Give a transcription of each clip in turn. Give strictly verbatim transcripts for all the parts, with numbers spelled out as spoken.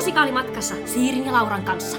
Musikaalimatkassa Siirin ja Lauran kanssa.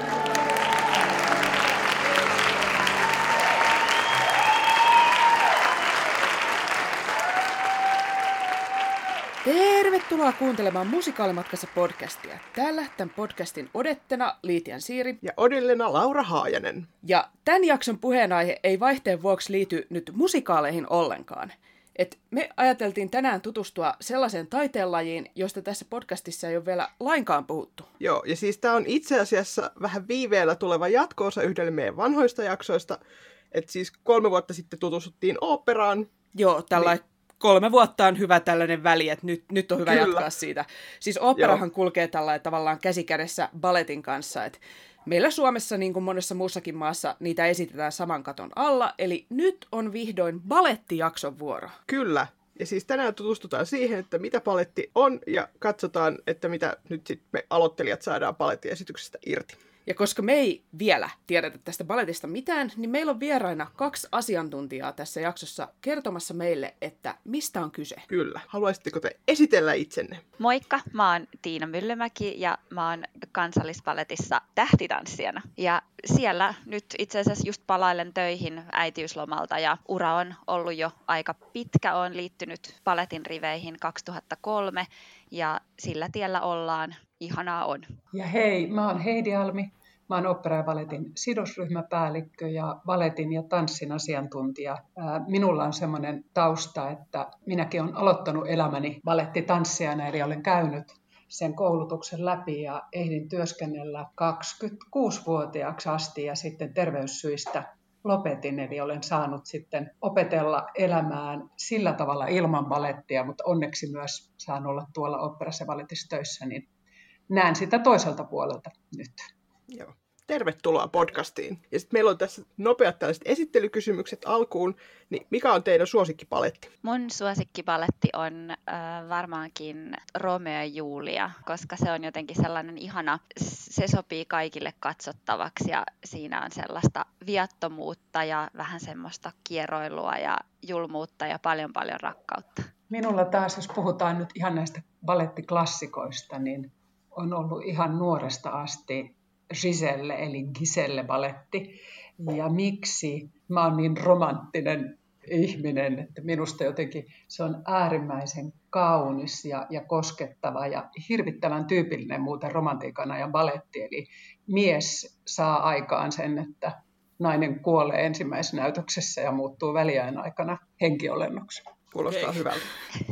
Tervetuloa kuuntelemaan Musikaalimatkassa podcastia. Täällä tämän podcastin odettena Liitian Siiri ja odellena Laura Haajanen. Ja tämän jakson puheenaihe ei vaihteen vuoksi liity nyt musikaaleihin ollenkaan. Et me ajateltiin tänään tutustua sellaiseen taiteenlajiin, josta tässä podcastissa ei ole vielä lainkaan puhuttu. Joo, ja siis tämä on itse asiassa vähän viiveellä tuleva jatko-osa yhdelle meidän vanhoista jaksoista. Että siis kolme vuotta sitten tutustuttiin oopperaan. Joo, tällainen niin. Kolme vuotta on hyvä tällainen väli, että nyt, nyt on hyvä Kyllä. jatkaa siitä. Siis oopperahan Joo. kulkee tällainen tavallaan käsikädessä balletin kanssa, että meillä Suomessa, niin kuin monessa muussakin maassa, niitä esitetään saman katon alla, eli nyt on vihdoin balettijakson vuoro. Kyllä, ja siis tänään tutustutaan siihen, että mitä baletti on, ja katsotaan, että mitä nyt sitten me aloittelijat saadaan balettiesityksestä irti. Ja koska me ei vielä tiedetä tästä baletista mitään, niin meillä on vieraina kaksi asiantuntijaa tässä jaksossa kertomassa meille, että mistä on kyse. Kyllä. Haluaisitteko te esitellä itsenne? Moikka, mä oon Tiina Myllymäki ja mä oon Kansallisbaletissa tähtitanssijana. Ja siellä nyt itse asiassa just palailen töihin äitiyslomalta ja ura on ollut jo aika pitkä. Oon liittynyt baletin riveihin kaksituhattakolme ja sillä tiellä ollaan. Ihanaa on. Ja hei, mä oon Heidi Almi. Mä oon opera- ja baletin sidosryhmäpäällikkö ja baletin ja tanssin asiantuntija. Minulla on semmoinen tausta, että minäkin olen aloittanut elämäni balettitanssijana, eli olen käynyt sen koulutuksen läpi ja ehdin työskennellä kaksikymmentäkuusivuotiaaksi asti ja sitten terveyssyistä lopetin, eli olen saanut sitten opetella elämään sillä tavalla ilman balettia, mutta onneksi myös saan olla tuolla oopperassa ja baletissa töissä, niin näen sitä toiselta puolelta nyt. Joo. Tervetuloa podcastiin. Ja sitten meillä on tässä nopeat tällaiset esittelykysymykset alkuun. Niin mikä on teidän suosikkipaletti? Mun suosikkipaletti on äh, varmaankin Romeo ja Julia, koska se on jotenkin sellainen ihana, se sopii kaikille katsottavaksi ja siinä on sellaista viattomuutta ja vähän semmoista kieroilua ja julmuutta ja paljon paljon rakkautta. Minulla taas, jos puhutaan nyt ihan näistä balettiklassikoista, niin on ollut ihan nuoresta asti Giselle, eli Giselle-baletti. Ja miksi mä oon niin romanttinen ihminen, että minusta jotenkin se on äärimmäisen kaunis ja, ja koskettava ja hirvittävän tyypillinen muuten romantiikan ajan baletti. Eli mies saa aikaan sen, että nainen kuolee ensimmäisessä näytöksessä ja muuttuu väliajan aikana henkiolennoksi. Kuulostaa Hei. hyvältä.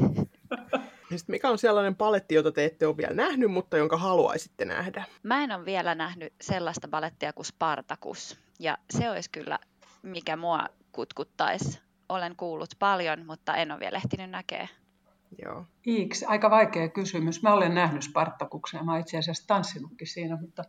Sitten mikä on sellainen baletti, jota te ette ole vielä nähnyt, mutta jonka haluaisitte nähdä? Mä en ole vielä nähnyt sellaista balettia kuin Spartacus. Ja se olisi kyllä, mikä mua kutkuttaisi. Olen kuullut paljon, mutta en ole vielä ehtinyt näkemään. Joo. Iiksi, aika vaikea kysymys. Mä olen nähnyt Spartacuksen ja mä itse asiassa tanssinutkin siinä, mutta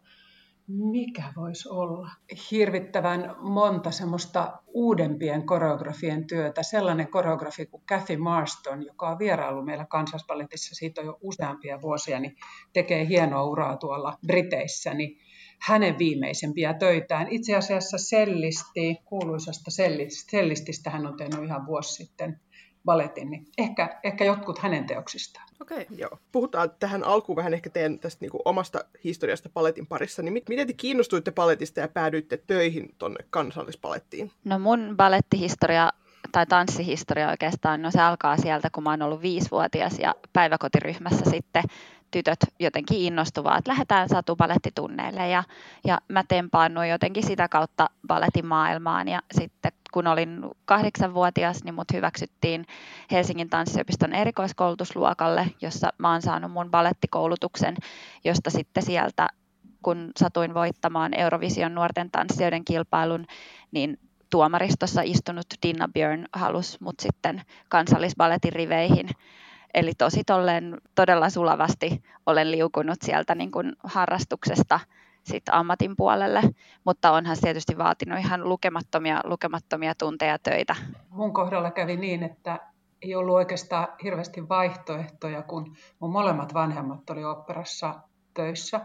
mikä voisi olla? Hirvittävän monta semmoista uudempien koreografien työtä. Sellainen koreografi kuin Cathy Marston, joka on vieraillut meillä Kansallisbaletissa, siitä on jo useampia vuosia, niin tekee hienoa uraa tuolla Briteissä, niin hänen viimeisempiä töitään. Itse asiassa sellisti, kuuluisasta sellististä hän on tehnyt ihan vuosi sitten baletin, niin ehkä, ehkä jotkut hänen teoksistaan. Okei, okay, joo. Puhutaan tähän alkuun vähän ehkä teidän tästä niin kuin omasta historiasta baletin parissa. Niin mit, miten te kiinnostuitte baletista ja päädyitte töihin tuonne Kansallisbalettiin? No mun balettihistoria tai tanssihistoria oikeastaan, no se alkaa sieltä, kun mä oon ollut viisivuotias ja päiväkotiryhmässä sitten tytöt jotenkin innostuvaa, että lähdetään satubaleettitunneille ja, ja mä tempaannuin jotenkin sitä kautta baletin maailmaan ja sitten kun olin kahdeksanvuotias, niin mut hyväksyttiin Helsingin tanssiopiston erikoiskoulutusluokalle, jossa mä oon saanut mun balettikoulutuksen, josta sitten sieltä, kun satuin voittamaan Eurovision nuorten tanssijoiden kilpailun, niin tuomaristossa istunut Dinna Björn halusi mut sitten Kansallisbaletin riveihin. Eli tosi tolleen, todella sulavasti olen liukunut sieltä niin kuin harrastuksesta sit ammatin puolelle, mutta onhan se tietysti vaatinut ihan lukemattomia, lukemattomia tunteja töitä. Mun kohdalla kävi niin, että ei ollut oikeastaan hirveästi vaihtoehtoja, kun mun molemmat vanhemmat oli oopperassa töissä.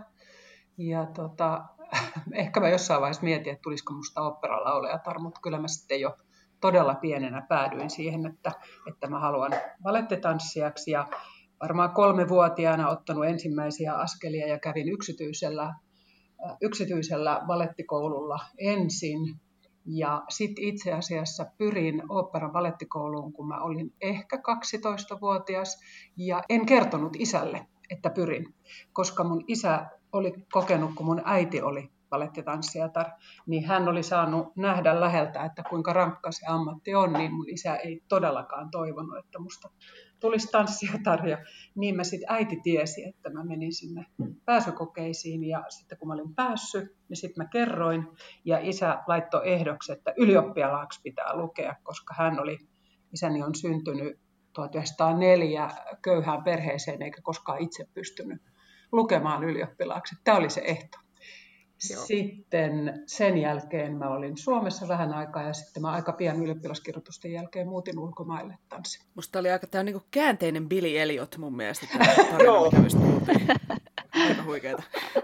Ja tota, ehkä mä jossain vaiheessa mietin, että tulisiko musta oopperalaulajatar, mutta kyllä mä sitten jo todella pienenä päädyin siihen, että, että mä haluan balettitanssijaksi. Ja varmaan kolmevuotiaana ottanut ensimmäisiä askelia ja kävin yksityisellä, yksityisellä balettikoululla ensin. Ja sitten itse asiassa pyrin oopperan balettikouluun, kun mä olin ehkä kaksitoistavuotias ja en kertonut isälle, että pyrin, koska mun isä oli kokenut, kun mun äiti oli balettitanssijatar, niin hän oli saanut nähdä läheltä, että kuinka rankka se ammatti on, niin mun isä ei todellakaan toivonut, että musta tulisi tanssijatar. Ja niin mä sitten äiti tiesi, että mä menin sinne pääsykokeisiin ja sitten kun mä olin päässyt, niin sitten mä kerroin ja isä laittoi ehdoksi, että ylioppialaaksi pitää lukea, koska hän oli, isäni on syntynyt tuhatyhdeksänsataaneljä köyhään perheeseen eikä koskaan itse pystynyt lukemaan ylioppilaaksi. Tämä oli se ehto. Joo. Sitten sen jälkeen mä olin Suomessa vähän aikaa ja sitten mä aika pian ylioppilaskirjoitusten jälkeen muutin ulkomaille tanssin. Musta oli aika tämä niinku käänteinen Billy Elliot mun mielestä tämä tarina, mikä mistä kuultiin. Aika huikeeta.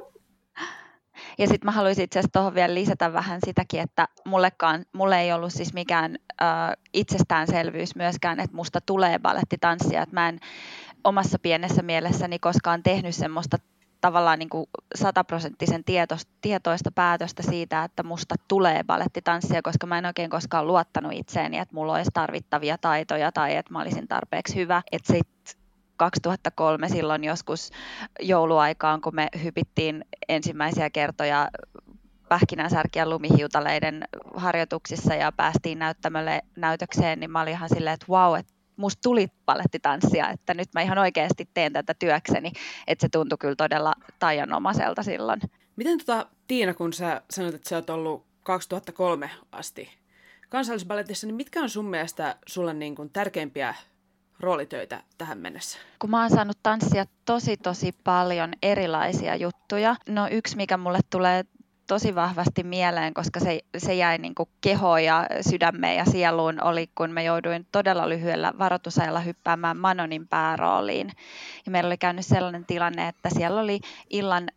Ja sitten mä haluaisin itse asiassa tuohon vielä lisätä vähän sitäkin, että mullekaan, mulle ei ollut siis mikään äh, itsestäänselvyys myöskään, että musta tulee balettitanssia. Että mä en omassa pienessä mielessäni koskaan tehnyt semmoista tavallaan niin kuin sataprosenttisen tietoista päätöstä siitä, että musta tulee balettitanssia, koska mä en oikein koskaan luottanut itseeni, että mulla olisi tarvittavia taitoja tai että mä olisin tarpeeksi hyvä. Että sitten kaksituhattakolme silloin joskus jouluaikaan, kun me hypittiin ensimmäisiä kertoja pähkinänsärkien lumihiutaleiden harjoituksissa ja päästiin näyttämölle näytökseen, niin mä olin ihan silleen, että vau, että musta tuli balettitanssia, että nyt mä ihan oikeasti teen tätä työkseni, että se tuntui kyllä todella taianomaiselta silloin. Miten tota, Tiina, kun sä sanoit, että sä oot ollut kaksituhattakolme asti Kansallisbalettissa, niin mitkä on sun mielestä sulle niin kuin tärkeimpiä roolitöitä tähän mennessä? Kun mä oon saanut tanssia tosi tosi paljon erilaisia juttuja, no yksi mikä mulle tulee tosi vahvasti mieleen, koska se, se jäi niin kuin kehoon ja sydämeen ja sieluun, oli kun mä jouduin todella lyhyellä varoitusajalla hyppäämään Manonin päärooliin. Ja meillä oli käynyt sellainen tilanne, että siellä oli illan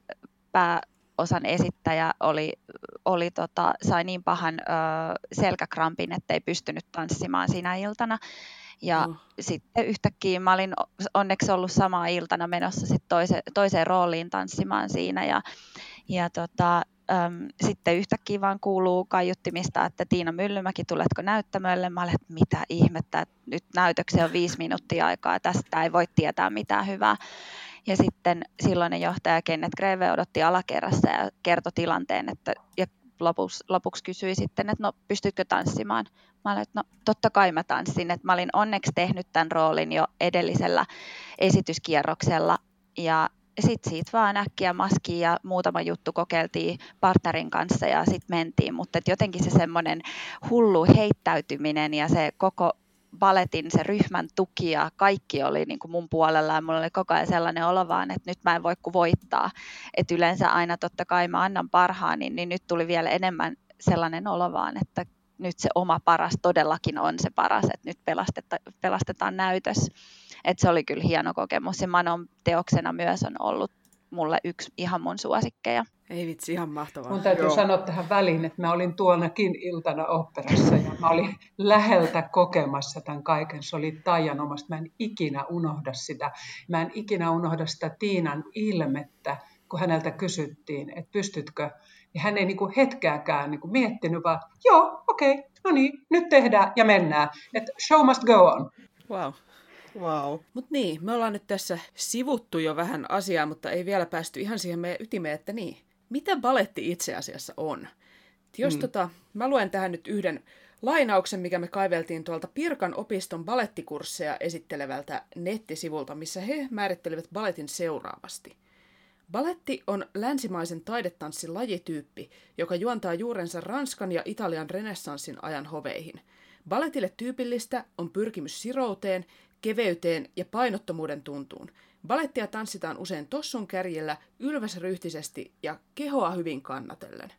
pääosan esittäjä oli, oli tota, sai niin pahan ö, selkäkrampin, että ei pystynyt tanssimaan sinä iltana. Ja mm. sitten yhtäkkiä mä olin onneksi ollut samaa iltana menossa sit toise, toiseen rooliin tanssimaan siinä ja, ja tota, äm, sitten yhtäkkiä vaan kuuluu kaiuttimista, että Tiina Myllymäki, tuletko näyttämölle? Mä olen, että mitä ihmettä, että nyt näytökseen on viisi minuuttia aikaa, tästä ei voi tietää mitään hyvää. Ja sitten silloinen johtaja Kenneth Greve odotti alakerrassa ja kertoi tilanteen, että ja lopuksi, lopuksi kysyi sitten, että no pystytkö tanssimaan? Mä olin, että no totta kai mä tanssin, että mä olin onneksi tehnyt tämän roolin jo edellisellä esityskierroksella ja sitten siitä vaan äkkiä maskiin ja muutama juttu kokeiltiin partnerin kanssa ja sitten mentiin, mutta jotenkin se semmoinen hullu heittäytyminen ja se koko baletin, se ryhmän tuki ja kaikki oli niin kuin mun puolella ja mulla oli koko ajan sellainen olo vaan, että nyt mä en voi kuin voittaa. Että yleensä aina totta kai mä annan parhaani, niin nyt tuli vielä enemmän sellainen olo vaan, että nyt se oma paras todellakin on se paras, että nyt pelastetaan, pelastetaan näytös. Että se oli kyllä hieno kokemus. Ja Manon teoksena myös on ollut mulle yksi ihan mun suosikkeja. Ei vitsi, ihan mahtavaa. Mun täytyy Joo. sanoa tähän väliin, että mä olin tuonakin iltana oopperassa ja mä olin läheltä kokemassa tämän kaiken. Se oli taianomasta. Mä en ikinä unohda sitä. Mä en ikinä unohda sitä Tiinan ilmettä, kun häneltä kysyttiin, että pystytkö. Ja hän ei niinku hetkeäkään niinku miettinyt, vaan joo, okei, okay, no niin, nyt tehdään ja mennään. Että show must go on. Wow. Wow. Mutta niin, me ollaan nyt tässä sivuttu jo vähän asiaa, mutta ei vielä päästy ihan siihen meidän ytimeen, että niin, mitä baletti itse asiassa on? Jos mm. tota, mä luen tähän nyt yhden lainauksen, mikä me kaiveltiin tuolta Pirkan opiston balettikursseja esittelevältä nettisivulta, missä he määrittelivät baletin seuraavasti. Baletti on länsimaisen taidetanssin lajityyppi, joka juontaa juurensa Ranskan ja Italian renessanssin ajan hoveihin. Baletille tyypillistä on pyrkimys sirouteen, keveyteen ja painottomuuden tuntuun. Balettia tanssitaan usein tossun kärjellä, ylväsryhtisesti ja kehoa hyvin kannatellen.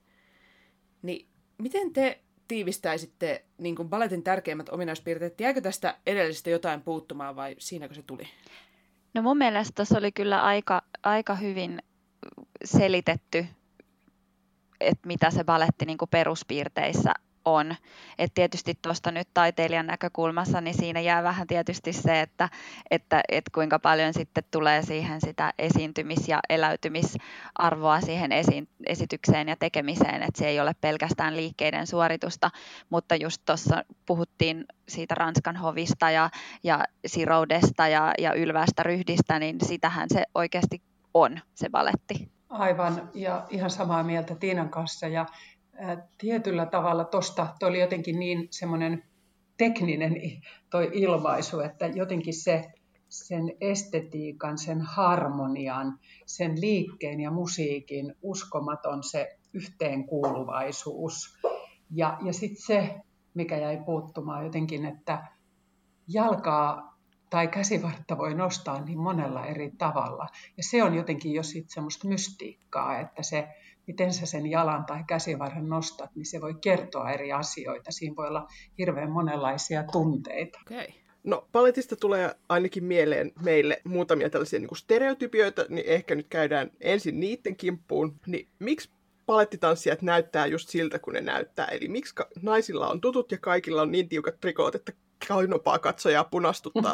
Niin, miten te tiivistäisitte niin kuin baletin tärkeimmät ominaispiirteet? Jääkö tästä edellisestä jotain puuttumaan vai siinäkö se tuli? No mun mielestä tuossa oli kyllä aika, aika hyvin selitetty, että mitä se baletti niin kuin peruspiirteissä on. Et tietysti tuosta nyt taiteilijan näkökulmassa, niin siinä jää vähän tietysti se, että, että, että kuinka paljon sitten tulee siihen sitä esiintymis- ja eläytymisarvoa siihen esi- esitykseen ja tekemiseen, että se ei ole pelkästään liikkeiden suoritusta, mutta just tuossa puhuttiin siitä Ranskan hovista ja, ja siroudesta ja, ja ylvästä ryhdistä, niin sitähän se oikeasti on, se baletti. Aivan, ja ihan samaa mieltä Tiinan kanssa, ja ää, tietyllä tavalla tuosta, toi oli jotenkin niin semmoinen tekninen toi ilmaisu, että jotenkin se, sen estetiikan, sen harmonian, sen liikkeen ja musiikin uskomaton se yhteenkuuluvaisuus, ja, ja sitten se, mikä jäi puuttumaan jotenkin, että jalkaa tai käsivartta voi nostaa niin monella eri tavalla. Ja se on jotenkin jo sitten semmoista mystiikkaa, että se, miten sä sen jalan tai käsivarren nostat, niin se voi kertoa eri asioita. Siinä voi olla hirveän monenlaisia tunteita. Okay. No, baletista tulee ainakin mieleen meille muutamia tällaisia niin kuin stereotypioita, niin ehkä nyt käydään ensin niiden kimppuun. Niin miksi balettitanssijat näyttää just siltä, kun ne näyttää? Eli miksi naisilla on tutut ja kaikilla on niin tiukat trikoot, että kaunopaa katsojaa punastuttaa?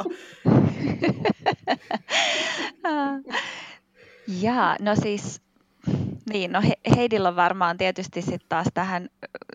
Jaa, no siis, niin, no Heidillä on varmaan tietysti sitten taas tähän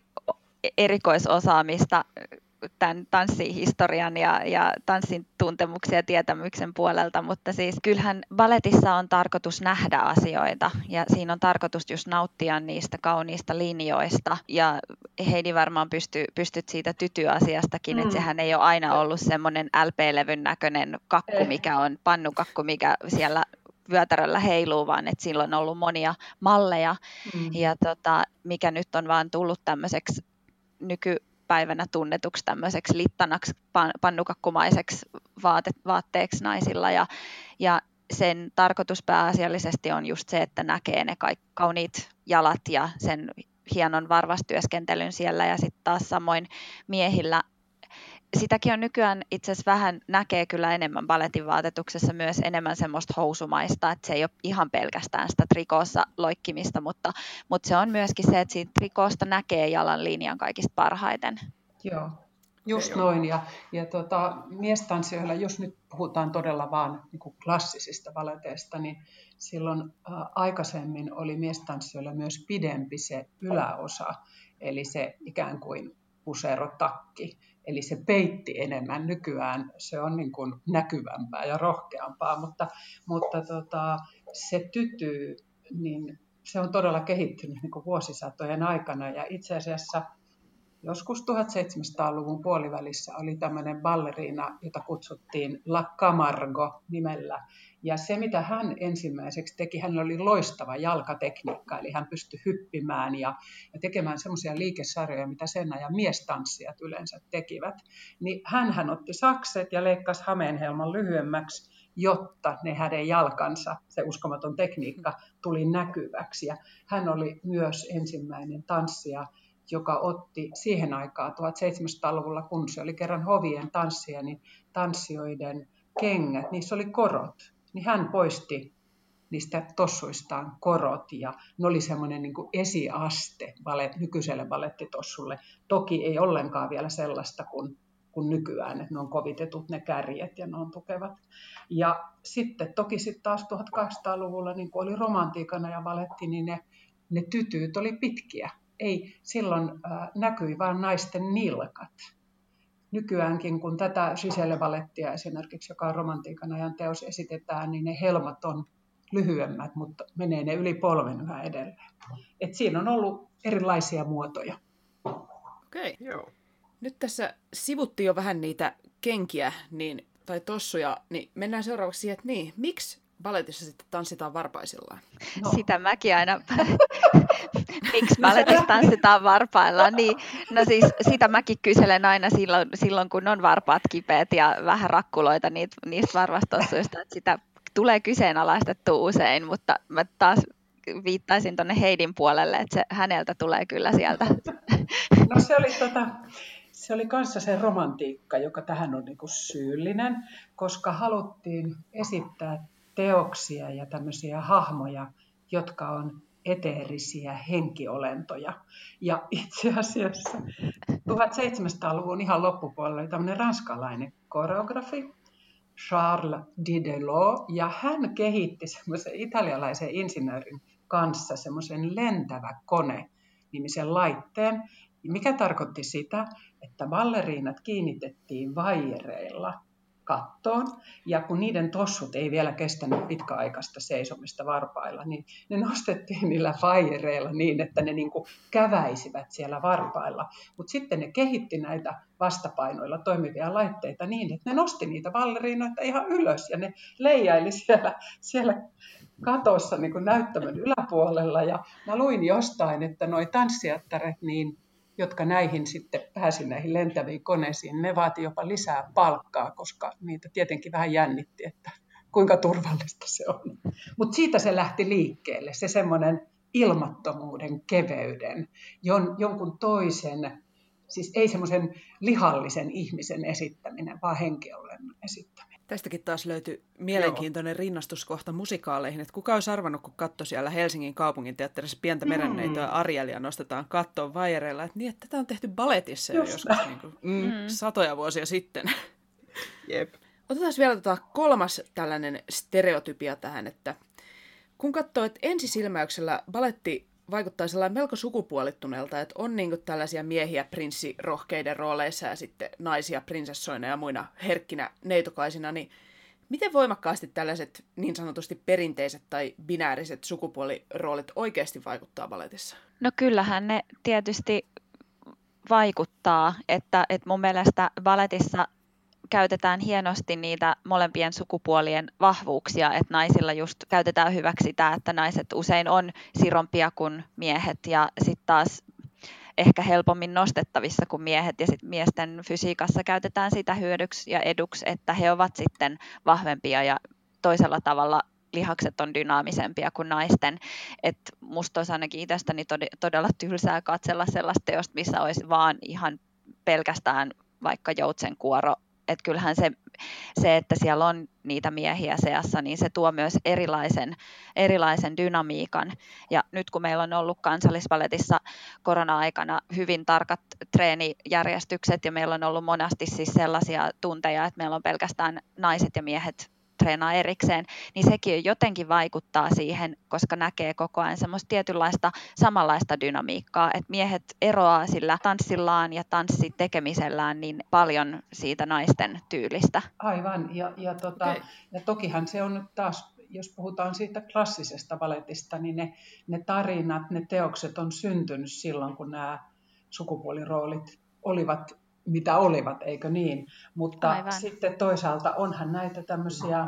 erikoisosaamista tämän tanssihistorian ja, ja tanssin tuntemuksen ja tietämyksen puolelta, mutta siis kyllähän baletissa on tarkoitus nähdä asioita ja siinä on tarkoitus just nauttia niistä kauniista linjoista ja Heidi varmaan pystyy, pystyt siitä tytyasiastakin, mm. että sehän ei ole aina ollut semmoinen L P-levyn näköinen kakku, mikä on pannukakku, mikä siellä vyötäröllä heiluu, vaan että sillä on ollut monia malleja mm. ja tota, mikä nyt on vaan tullut tämmöiseksi nyky päivänä tunnetuksi tämmöiseksi littanaksi pannukakkumaiseksi vaate, vaatteeksi naisilla ja, ja sen tarkoitus pääasiallisesti on just se, että näkee ne kaikki kauniit jalat ja sen hienon varvastyöskentelyn siellä ja sitten taas samoin miehillä. Sitäkin on nykyään itse asiassa vähän näkee kyllä enemmän baletin vaatetuksessa myös enemmän semmoista housumaista, että se ei ole ihan pelkästään sitä trikoossa loikkimista, mutta, mutta se on myöskin se, että siitä trikoosta näkee jalan linjan kaikista parhaiten. Joo, just noin. Ja, ja tota, miestanssijoilla, jos nyt puhutaan todella vaan niin kuin klassisista baleteista, niin silloin ä, aikaisemmin oli miestanssijoilla myös pidempi se yläosa, eli se ikään kuin puserotakki. Eli se peitti enemmän. Nykyään se on niin kuin näkyvämpää ja rohkeampaa, mutta, mutta tota, se tyty, niin se on todella kehittynyt niin kuin vuosisatojen aikana. Ja itse asiassa joskus tuhatseitsemänsataaluvun puolivälissä oli tämmöinen balleriina, jota kutsuttiin La Camargo nimellä. Ja se, mitä hän ensimmäiseksi teki, hänellä oli loistava jalkatekniikka, eli hän pystyi hyppimään ja, ja tekemään semmoisia liikesarjoja, mitä sen ajan miestanssijat yleensä tekivät. Niin hänhän otti sakset ja leikkasi hameenhelman lyhyemmäksi, jotta ne hänen jalkansa, se uskomaton tekniikka, tuli näkyväksi. Ja hän oli myös ensimmäinen tanssija, joka otti siihen aikaan tuhatseitsemänsataaluvulla, kun se oli kerran hovien tanssia, niin tanssijoiden kengät, niissä oli korot. Niin hän poisti niistä tossuistaan korot ja ne oli semmoinen niin kuin esiaste balet, nykyiselle balettitossulle. Toki ei ollenkaan vielä sellaista kuin, kuin nykyään, että ne on kovitetut ne kärjet ja ne on tukevat. Ja sitten toki sitten taas tuhatkahdeksansataaluvulla, niin kuin oli romantiikana ja baletti, niin ne, ne tytyt oli pitkiä. Ei, silloin äh, näkyi vain naisten nilkat. Nykyäänkin, kun tätä Giselle-balettia esimerkiksi, joka on romantiikan ajan teos, esitetään, niin ne helmat on lyhyemmät, mutta menee ne yli polven yhä edelleen. Et siinä on ollut erilaisia muotoja. Okei. Joo. Nyt tässä sivuttiin jo vähän niitä kenkiä niin, tai tossuja, niin mennään seuraavaksi siihen, että niin, miksi baletissa sitten tanssitaan varpaisillaan? No. Sitä mäkin aina, miksi baletissa tanssitaan varpaillaan, niin no siis sitä mäkin kyselen aina silloin, silloin kun on varpaat kipeät ja vähän rakkuloita niitä, niistä varvastossuista, että sitä tulee kyseenalaistettua usein, mutta mä taas viittaisin tuonne Heidin puolelle, että se häneltä tulee kyllä sieltä. No se oli tota... Se oli kanssa se romantiikka, joka tähän on niinku syyllinen, koska haluttiin esittää teoksia ja tämmöisiä hahmoja, jotka on eteerisiä henkiolentoja. Ja itse asiassa tuhatseitsemänsataaluvun ihan loppupuolella oli tämmöinen ranskalainen koreografi, Charles Didelot, ja hän kehitti semmoisen italialaisen insinöörin kanssa semmoisen lentävä kone-nimisen laitteen, mikä tarkoitti sitä, että balleriinat kiinnitettiin vaijereilla kattoon, ja kun niiden tossut ei vielä kestänyt pitkäaikaista seisomista varpailla, niin ne nostettiin niillä vaijereilla niin, että ne niin kuin käväisivät siellä varpailla. Mutta sitten ne kehitti näitä vastapainoilla toimivia laitteita niin, että ne nosti niitä balleriinoita ihan ylös, ja ne leijaili siellä, siellä katossa niin kuin näyttämön yläpuolella. Ja mä luin jostain, että noi tanssijattaret, niin jotka näihin sitten pääsi näihin lentäviin koneisiin, ne vaati jopa lisää palkkaa, koska niitä tietenkin vähän jännitti, että kuinka turvallista se on. Mutta siitä se lähti liikkeelle, se semmoinen ilmattomuuden, keveyden, jon, jonkun toisen, siis ei semmoisen lihallisen ihmisen esittäminen, vaan henkiolennon esittäminen. Tästäkin taas löytyi mielenkiintoinen Joo. rinnastuskohta musikaaleihin, että kuka olisi arvannut, kun katsoi siellä Helsingin kaupunginteatterissa pientä merenneitoa mm. Arielia nostetaan kattoon vaijereilla, että niin, että tätä on tehty baletissa jo joskus niin kuin, mm. satoja vuosia sitten. Jep. Otetaan vielä tota kolmas tällainen stereotypia tähän, että kun katsoo, että ensisilmäyksellä baletti vaikuttaa sellainen melko sukupuolittuneelta, että on niin kuin tällaisia miehiä prinssirohkeiden rooleissa ja sitten naisia prinsessoina ja muina herkkinä neitokaisina, niin miten voimakkaasti tällaiset niin sanotusti perinteiset tai binääriset sukupuoliroolit oikeasti vaikuttaa baletissa? No kyllähän ne tietysti vaikuttaa, että, että mun mielestä baletissa käytetään hienosti niitä molempien sukupuolien vahvuuksia, että naisilla just käytetään hyväksi sitä, että naiset usein on sirompia kuin miehet ja sitten taas ehkä helpommin nostettavissa kuin miehet ja sitten miesten fysiikassa käytetään sitä hyödyksi ja eduksi, että he ovat sitten vahvempia ja toisella tavalla lihakset on dynaamisempia kuin naisten. Että musta olisi ainakin itsestäni todella tylsää katsella sellaista teosta, missä olisi vaan ihan pelkästään vaikka joutsenkuoro. Että kyllähän se, se, että siellä on niitä miehiä seassa, niin se tuo myös erilaisen, erilaisen dynamiikan. Ja nyt kun meillä on ollut Kansallisbaletissa korona-aikana hyvin tarkat treenijärjestykset ja meillä on ollut monasti siis sellaisia tunteja, että meillä on pelkästään naiset ja miehet treenaa erikseen, niin sekin jotenkin vaikuttaa siihen, koska näkee koko ajan semmoista tietynlaista samanlaista dynamiikkaa, että miehet eroaa sillä tanssillaan ja tanssitekemisellään niin paljon siitä naisten tyylistä. Aivan, ja, ja, tota, okay. ja tokihan se on nyt taas, jos puhutaan siitä klassisesta baletista, niin ne, ne tarinat, ne teokset on syntynyt silloin, kun nämä sukupuoliroolit olivat mitä olivat, eikö niin? Mutta Aivan. sitten toisaalta onhan näitä tämmöisiä,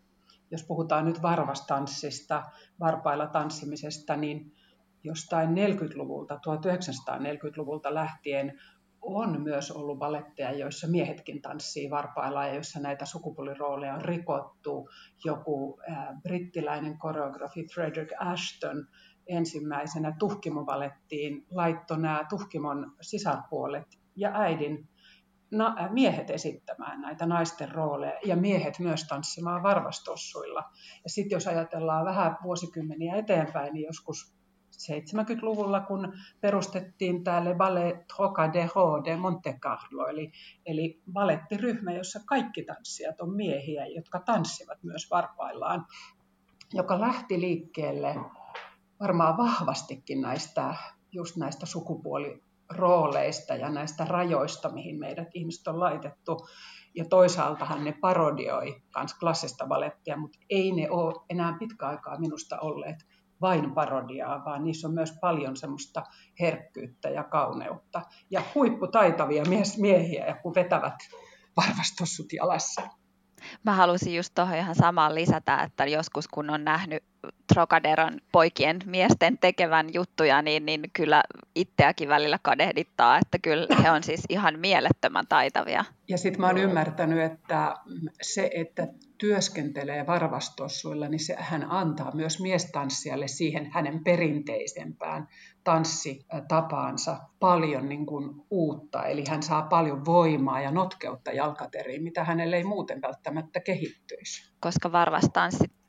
jos puhutaan nyt varvastanssista, varpailla tanssimisesta, niin jostain neljäkymmentäluvulta, tuhatyhdeksänsataaneljäkymmentäluvulta lähtien on myös ollut baletteja, joissa miehetkin tanssii varpailla ja joissa näitä sukupuolirooleja on rikottu. Joku äh, brittiläinen koreografi Frederick Ashton ensimmäisenä Tuhkimo-balettiin laittoi nämä Tuhkimon sisarpuolet ja äidin na- miehet esittämään näitä naisten rooleja ja miehet myös tanssimaan varvastossuilla. Ja sitten jos ajatellaan vähän vuosikymmeniä eteenpäin, niin joskus seitsemänkymmentäluvulla, kun perustettiin täällä Ballet Trocadero de Monte Carlo, eli, eli balettiryhmä, jossa kaikki tanssijat on miehiä, jotka tanssivat myös varpaillaan, joka lähti liikkeelle varmaan vahvastikin näistä, just näistä sukupuolirooleista ja näistä rajoista, mihin meidät ihmiset on laitettu. Ja toisaaltahan ne parodioi myös klassista balettia, mutta ei ne ole enää pitkä aikaa minusta olleet vain parodiaa, vaan niissä on myös paljon semmoista herkkyyttä ja kauneutta. Ja huipputaitavia miehiä, ja kun vetävät varvastossut jalassa. Mä halusin just tuohon ihan samaan lisätä, että joskus kun on nähnyt Trocaderon poikien miesten tekevän juttuja, niin, niin kyllä itseäkin välillä kadehdittaa, että kyllä he on siis ihan mielettömän taitavia. Ja sitten mä oon ymmärtänyt, että se, että työskentelee varvastossuilla, niin se, hän antaa myös miestanssijalle siihen hänen perinteisempään tanssitapaansa paljon niin kuin uutta. Eli hän saa paljon voimaa ja notkeutta jalkateriin, mitä hänelle ei muuten välttämättä kehittyisi. Koska varvastanssit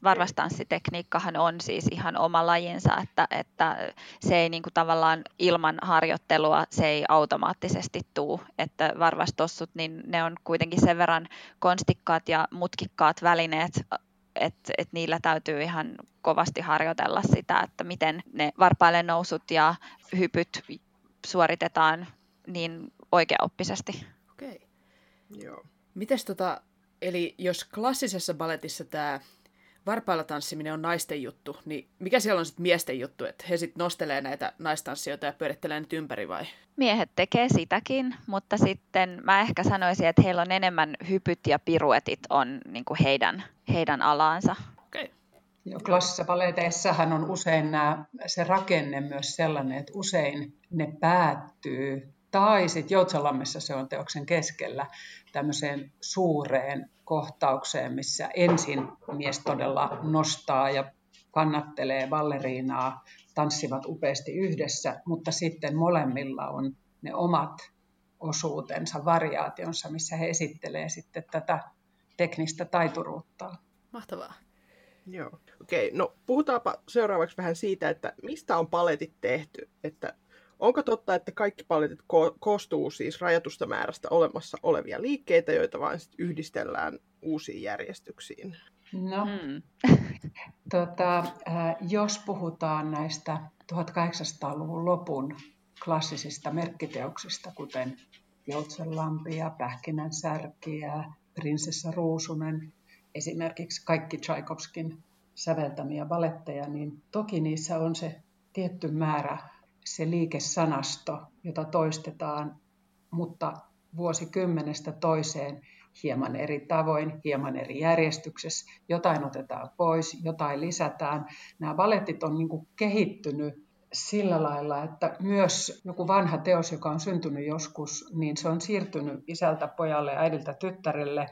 varvastanssitekniikkahan on siis ihan oma lajinsa, että, että se ei niin kuin tavallaan ilman harjoittelua, se ei automaattisesti tule, että varvastossut, niin ne on kuitenkin sen verran konstikkaat ja mutkikkaat välineet, että et niillä täytyy ihan kovasti harjoitella sitä, että miten ne varpaille nousut ja hypyt suoritetaan niin oikeaoppisesti. Okei. Joo. Mites tota, eli jos klassisessa baletissa tämä varpailla tanssiminen on naisten juttu, niin mikä siellä on sitten miesten juttu, että he sitten nostelee näitä naistanssijoita ja pyörittelee niitä ympäri vai? Miehet tekee sitäkin, mutta sitten mä ehkä sanoisin, että heillä on enemmän hypyt ja piruetit on niin kuin heidän, heidän alaansa. Okei. Jo klassisissa baleteissahan on usein nämä, se rakenne myös sellainen, että usein ne päättyy, tai sitten Joutsenlammessa se on teoksen keskellä, tämmöiseen suureen kohtaukseen, missä ensin mies todella nostaa ja kannattelee balleriinaa, tanssivat upeasti yhdessä, mutta sitten molemmilla on ne omat osuutensa, variaationsa, missä he esittelee sitten tätä teknistä taituruuttaa. Mahtavaa. Joo. Okei, no puhutaanpa seuraavaksi vähän siitä, että mistä on paletit tehty, että onko totta, että kaikki paletit ko- koostuu siis rajatusta määrästä olemassa olevia liikkeitä, joita vain sit yhdistellään uusiin järjestyksiin? No, Mm. tota, äh, jos puhutaan näistä tuhatkahdeksansataaluvun lopun klassisista merkkiteoksista, kuten Joutsenlampi ja Pähkinänsärki ja Prinsessa Ruusunen, esimerkiksi kaikki Tchaikovskin säveltämiä baletteja, niin toki niissä on se tietty määrä, se liikesanasto, jota toistetaan, mutta vuosikymmenestä toiseen hieman eri tavoin, hieman eri järjestyksessä. Jotain otetaan pois, jotain lisätään. Nämä balettit on niin kuin kehittynyt sillä lailla, että myös joku vanha teos, joka on syntynyt joskus, niin se on siirtynyt isältä pojalle, äidiltä tyttärelle.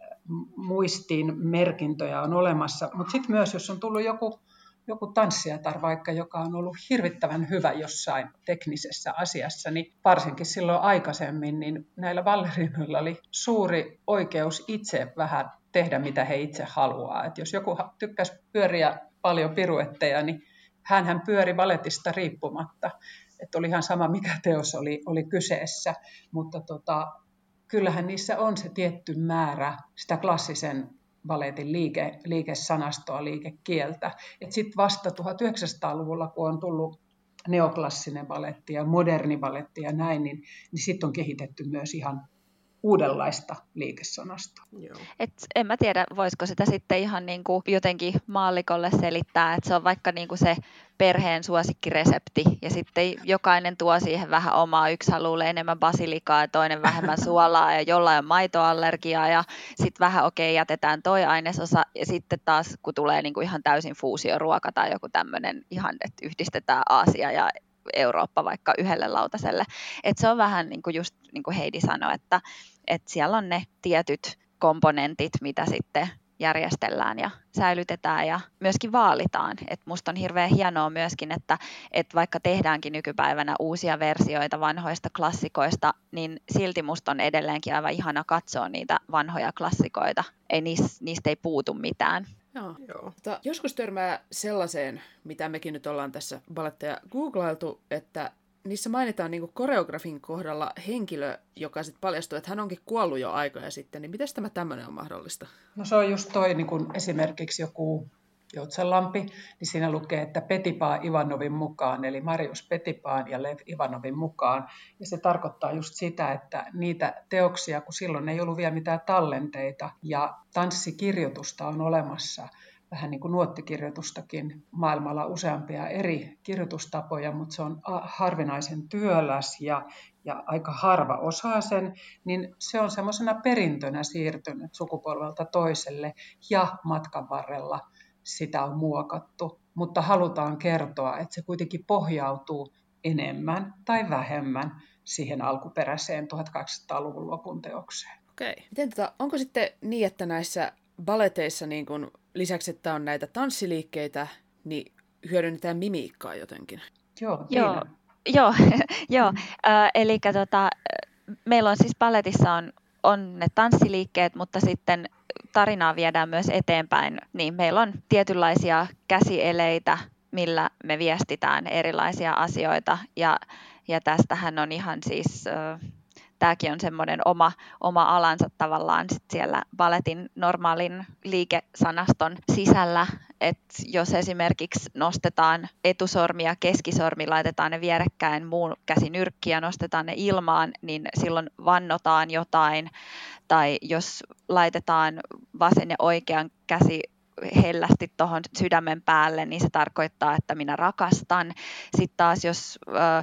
Muistiin merkintöjä on olemassa, mutta sitten myös, jos on tullut joku joku tanssijatar vaikka, joka on ollut hirvittävän hyvä jossain teknisessä asiassa, niin varsinkin silloin aikaisemmin, niin näillä ballerinoilla oli suuri oikeus itse vähän tehdä, mitä he itse haluaa. Et jos joku tykkäsi pyöriä paljon piruetteja, niin hänhän pyöri baletista riippumatta. Et oli ihan sama, mikä teos oli, oli kyseessä, mutta tota, kyllähän niissä on se tietty määrä sitä klassisen baletin liike, liikesanastoa, liikekieltä. Sitten vasta tuhatyhdeksänsataaluvulla, kun on tullut neoklassinen baletti ja moderni baletti ja näin, niin, niin sitten on kehitetty myös ihan uudenlaista liikesanastoa. Joo. Et en mä tiedä, voisiko sitä sitten ihan niin kuin jotenkin maallikolle selittää, että se on vaikka niin kuin se perheen suosikkiresepti, ja sitten jokainen tuo siihen vähän omaa. Yksi haluaa enemmän basilikaa ja toinen vähemmän suolaa, ja jollain on maitoallergiaa, ja sitten vähän okei, okay, jätetään toi ainesosa, ja sitten taas kun tulee niin kuin ihan täysin fuusioruoka tai joku tämmöinen ihan, että yhdistetään Aasia ja Eurooppa vaikka yhdelle lautaselle. Et se on vähän niin kuin just niin kuin Heidi sanoi, että, että siellä on ne tietyt komponentit, mitä sitten järjestellään ja säilytetään ja myöskin vaalitaan. Et musta on hirveän hienoa myöskin, että, että vaikka tehdäänkin nykypäivänä uusia versioita vanhoista klassikoista, niin silti musta on edelleenkin aivan ihana katsoa niitä vanhoja klassikoita. Ei niis, niistä ei puutu mitään. Joo. Joo. Mutta joskus törmää sellaiseen, mitä mekin nyt ollaan tässä baletteja googlailtu, että niissä mainitaan niinku koreografin kohdalla henkilö, joka sitten paljastuu, että hän onkin kuollut jo aikoja sitten. Niin miten tämä tämmöinen on mahdollista? No se on just toi niin kun esimerkiksi joku Joutsenlampi, niin siinä lukee, että Petipaa Ivanovin mukaan, eli Marius Petipaan ja Lev Ivanovin mukaan. Ja se tarkoittaa just sitä, että niitä teoksia, kun silloin ei ollut vielä mitään tallenteita, ja tanssikirjoitusta on olemassa, vähän niin kuin nuottikirjoitustakin, maailmalla useampia eri kirjoitustapoja, mutta se on harvinaisen työläs ja, ja aika harva osaa sen, niin se on semmoisena perintönä siirtynyt sukupolvelta toiselle, ja matkan varrella sitä on muokattu, mutta halutaan kertoa, että se kuitenkin pohjautuu enemmän tai vähemmän siihen alkuperäiseen tuhatkahdeksansataaluvun lopun teokseen. Okei. Miten tota, onko sitten niin, että näissä baleteissa niin kun lisäksi, että on näitä tanssiliikkeitä, niin hyödynnetään mimiikkaa jotenkin? Joo, Joo, joo, joo. Äh, eli tota, meillä on siis baletissa on, on ne tanssiliikkeet, mutta sitten tarinaa viedään myös eteenpäin, niin meillä on tietynlaisia käsieleitä, millä me viestitään erilaisia asioita, ja, ja tästähän on ihan siis, äh, tämäkin on semmoinen oma, oma alansa tavallaan sit siellä balletin normaalin liikesanaston sisällä, että jos esimerkiksi nostetaan etusormi ja keskisormi, laitetaan ne vierekkäin, muun käsi nyrkki ja nostetaan ne ilmaan, niin silloin vannotaan jotain, tai jos laitetaan vasen ja oikean käsi hellästi tuohon sydämen päälle, niin se tarkoittaa, että minä rakastan. Sitten taas jos äh,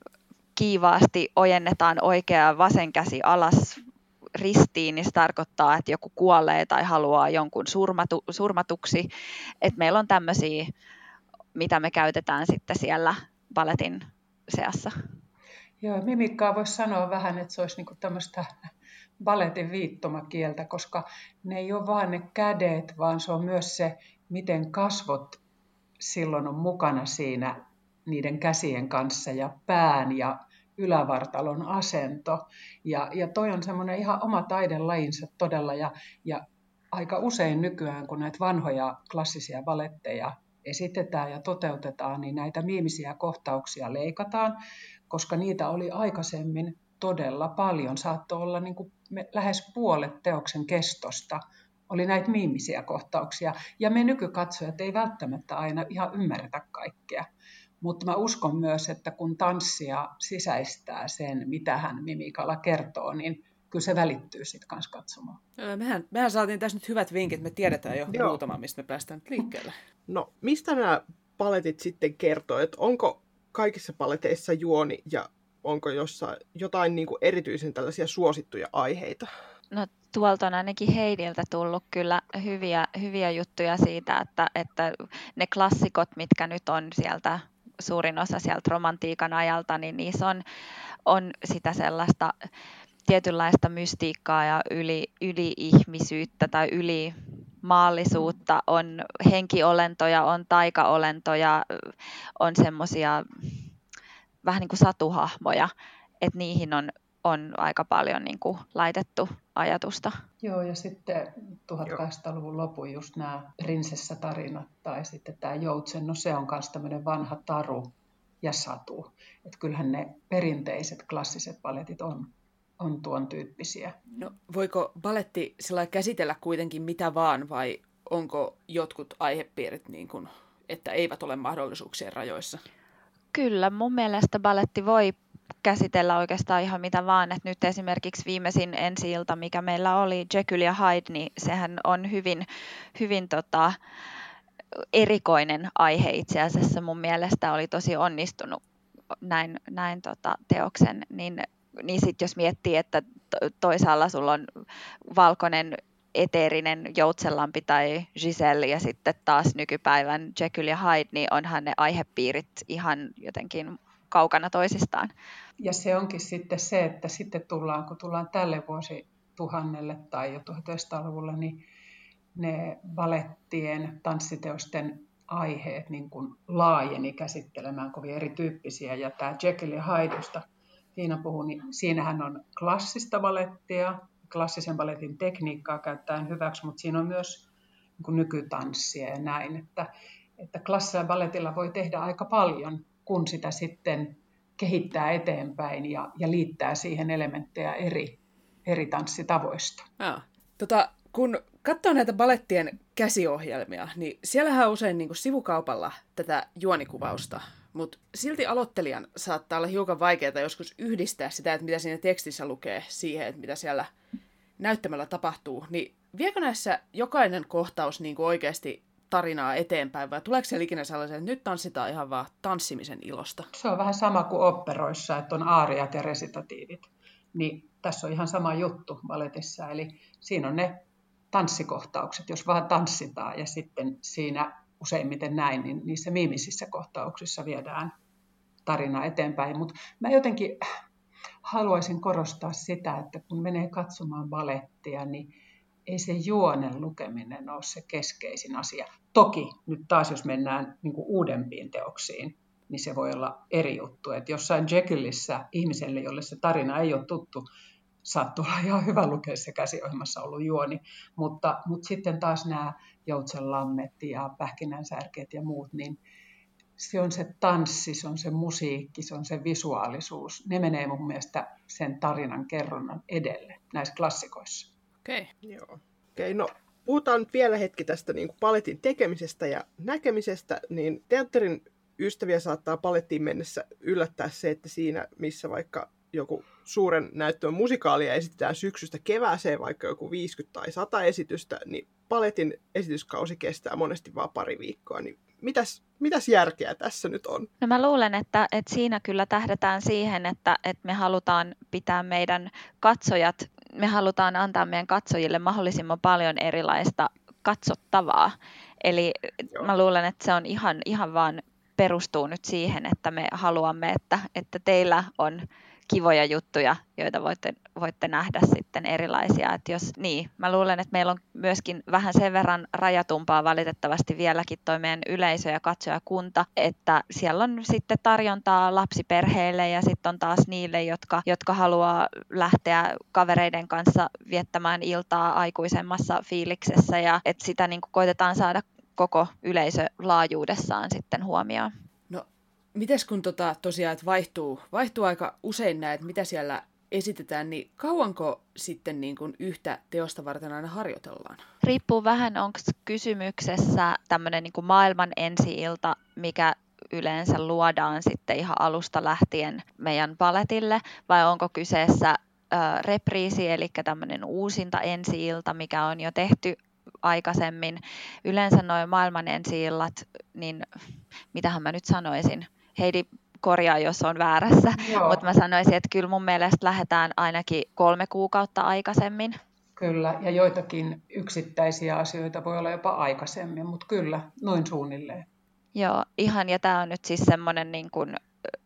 kiivaasti ojennetaan oikea ja vasen käsi alas ristiin, niin se tarkoittaa, että joku kuolee tai haluaa jonkun surmatu, surmatuksi. Et meillä on tämmöisiä, mitä me käytetään sitten siellä balletin seassa. Joo, mimikkaa voisi sanoa vähän, että se olisi niinku tämmöistä balletin viittomakieltä, koska ne ei ole vaan ne kädet, vaan se on myös se, miten kasvot silloin on mukana siinä niiden käsien kanssa ja pään ja ylävartalon asento. Ja, ja toi on semmoinen ihan oma taidelajinsa todella. Ja, ja aika usein nykyään, kun näitä vanhoja klassisia baletteja esitetään ja toteutetaan, niin näitä miimisiä kohtauksia leikataan, koska niitä oli aikaisemmin todella paljon. Saattoi olla niin kuin lähes puolet teoksen kestosta oli näitä miimisiä kohtauksia. Ja me nykykatsojat ei välttämättä aina ihan ymmärretä kaikkea. Mutta mä uskon myös, että kun tanssija sisäistää sen, mitä hän mimikalla kertoo, niin kyllä se välittyy sitten kanssa katsomaan. Mehän, mehän saatiin tässä nyt hyvät vinkit, me tiedetään jo Joo. muutama, mistä me päästään nyt liikkeelle. No, mistä nämä paletit sitten kertoo? Että onko kaikissa paleteissa juoni ja onko jossain jotain niin kuin erityisen tällaisia suosittuja aiheita? No tuolta on ainakin Heidiltä tullut kyllä hyviä, hyviä juttuja siitä, että, että ne klassikot, mitkä nyt on sieltä, suurin osa sieltä romantiikan ajalta, niin niissä on, on sitä sellaista tietynlaista mystiikkaa ja yli, yli-ihmisyyttä tai ylimaallisuutta, on henkiolentoja, on taikaolentoja, on semmoisia vähän niin kuin satuhahmoja, että niihin on, on aika paljon niin kuin laitettu ajatusta. Joo, ja sitten tuhatkahdeksansataaluvun lopun just nämä prinsessatarinat tai sitten tämä joutsen, no se on myös tämmöinen vanha taru ja satu. Että kyllähän ne perinteiset klassiset balletit on, on tuon tyyppisiä. No, voiko baletti sillä käsitellä kuitenkin mitä vaan, vai onko jotkut aihepiirit niin kuin, että eivät ole mahdollisuuksien rajoissa? Kyllä, mun mielestä baletti voi käsitellä oikeastaan ihan mitä vaan. Et nyt esimerkiksi viimeisin ensi-ilta, mikä meillä oli, Jekyll ja Hyde, niin sehän on hyvin, hyvin tota, erikoinen aihe itse asiassa. Mun mielestä oli tosi onnistunut näin, näin tota, teoksen. Niin, niin sitten jos miettii, että toisaalla sulla on valkoinen eteerinen joutsenlampi tai Giselle ja sitten taas nykypäivän Jekyll ja Hyde, niin onhan ne aihepiirit ihan jotenkin kaukana toisistaan. Ja se onkin sitten se, että sitten tullaan, kun tullaan tälle vuosituhannelle tai jo tuhatyhdeksänsataaluvulle, niin ne balettien, tanssiteosten aiheet niin kuin laajeni käsittelemään kovin erityyppisiä. Ja tämä Jekyll ja Hyde, josta Tiina puhui, niin siinähän on klassista balettia, klassisen balletin tekniikkaa käyttäen hyväksi, mutta siinä on myös niin kuin nykytanssia ja näin. Että, että klassisella balletilla voi tehdä aika paljon, kun sitä sitten kehittää eteenpäin ja, ja liittää siihen elementtejä eri, eri tanssitavoista. Ah, tota, kun katsoo näitä balettien käsiohjelmia, niin siellähän on usein niin kuin sivukaupalla tätä juonikuvausta, mutta silti aloittelijan saattaa olla hiukan vaikeaa joskus yhdistää sitä, että mitä siinä tekstissä lukee siihen, että mitä siellä näyttämällä tapahtuu. Niin viekö näissä jokainen kohtaus niin kuin oikeasti tarinaa eteenpäin, vai tuleeko siellä ikinä sellaisen, että nyt tanssitaan ihan vaan tanssimisen ilosta? Se on vähän sama kuin operoissa, että on aariat ja resitatiivit. Niin tässä on ihan sama juttu balletissa, eli siinä on ne tanssikohtaukset, jos vaan tanssitaan, ja sitten siinä useimmiten näin, niin niissä miimisissä kohtauksissa viedään tarinaa eteenpäin. Mutta mä jotenkin haluaisin korostaa sitä, että kun menee katsomaan balettia, niin ei se juonen lukeminen ole se keskeisin asia. Toki nyt taas, jos mennään niin kuin uudempiin teoksiin, niin se voi olla eri juttu. Että jossain Jekyllissä ihmiselle, jolle se tarina ei ole tuttu, saattoi olla ihan hyvä lukea se käsiohjelmassa ollut juoni, mutta, mutta sitten taas nämä Joutsenlammet ja Pähkinänsärket ja muut, niin se on se tanssi, se on se musiikki, se on se visuaalisuus. Ne menee mun mielestä sen tarinan kerronnan edelle näissä klassikoissa. Okei. Okay. Joo. Okay, no puhutaan nyt vielä hetki tästä niin kuin paletin tekemisestä ja näkemisestä, niin teatterin ystäviä saattaa palettiin mennessä yllättää se, että siinä, missä vaikka joku suuren näyttöön musikaalia esitetään syksystä kevääseen, vaikka joku viisikymmentä tai sata esitystä, niin paletin esityskausi kestää monesti vain pari viikkoa. Niin mitäs, mitäs järkeä tässä nyt on? No mä luulen, että, että siinä kyllä tähdätään siihen, että, että me halutaan pitää meidän katsojat, me halutaan antaa meidän katsojille mahdollisimman paljon erilaista katsottavaa. Eli Joo. mä luulen, että se on ihan, ihan vaan perustuu nyt siihen, että me haluamme, että, että teillä on kivoja juttuja, joita voitte, voitte nähdä sitten erilaisia. Että jos, niin, mä luulen, että meillä on myöskin vähän sen verran rajatumpaa valitettavasti vieläkin toi meidän yleisö- ja katsojakunta, että siellä on sitten tarjontaa lapsiperheille ja sitten on taas niille, jotka, jotka haluaa lähteä kavereiden kanssa viettämään iltaa aikuisemmassa fiiliksessä ja että sitä niin kuin koitetaan saada koko yleisö laajuudessaan sitten huomioon. No, mites kun tota, tosiaan että vaihtuu, vaihtuu aika usein näet, mitä siellä esitetään, niin kauanko sitten niin kuin yhtä teosta varten aina harjoitellaan? Riippuu vähän, onko kysymyksessä tämmöinen niin kuin maailman ensi-ilta, mikä yleensä luodaan sitten ihan alusta lähtien meidän paletille, vai onko kyseessä äh, repriisi, eli tämmöinen uusinta ensi-ilta, mikä on jo tehty aikaisemmin. Yleensä nuo maailman ensi-illat, niin mitähän mä nyt sanoisin, Heidi korjaa, jos on väärässä, mutta mä sanoisin, että kyllä mun mielestä lähdetään ainakin kolme kuukautta aikaisemmin. Kyllä, ja joitakin yksittäisiä asioita voi olla jopa aikaisemmin, mutta kyllä, noin suunnilleen. Joo, ihan, ja tämä on nyt siis semmoinen, niin kuin,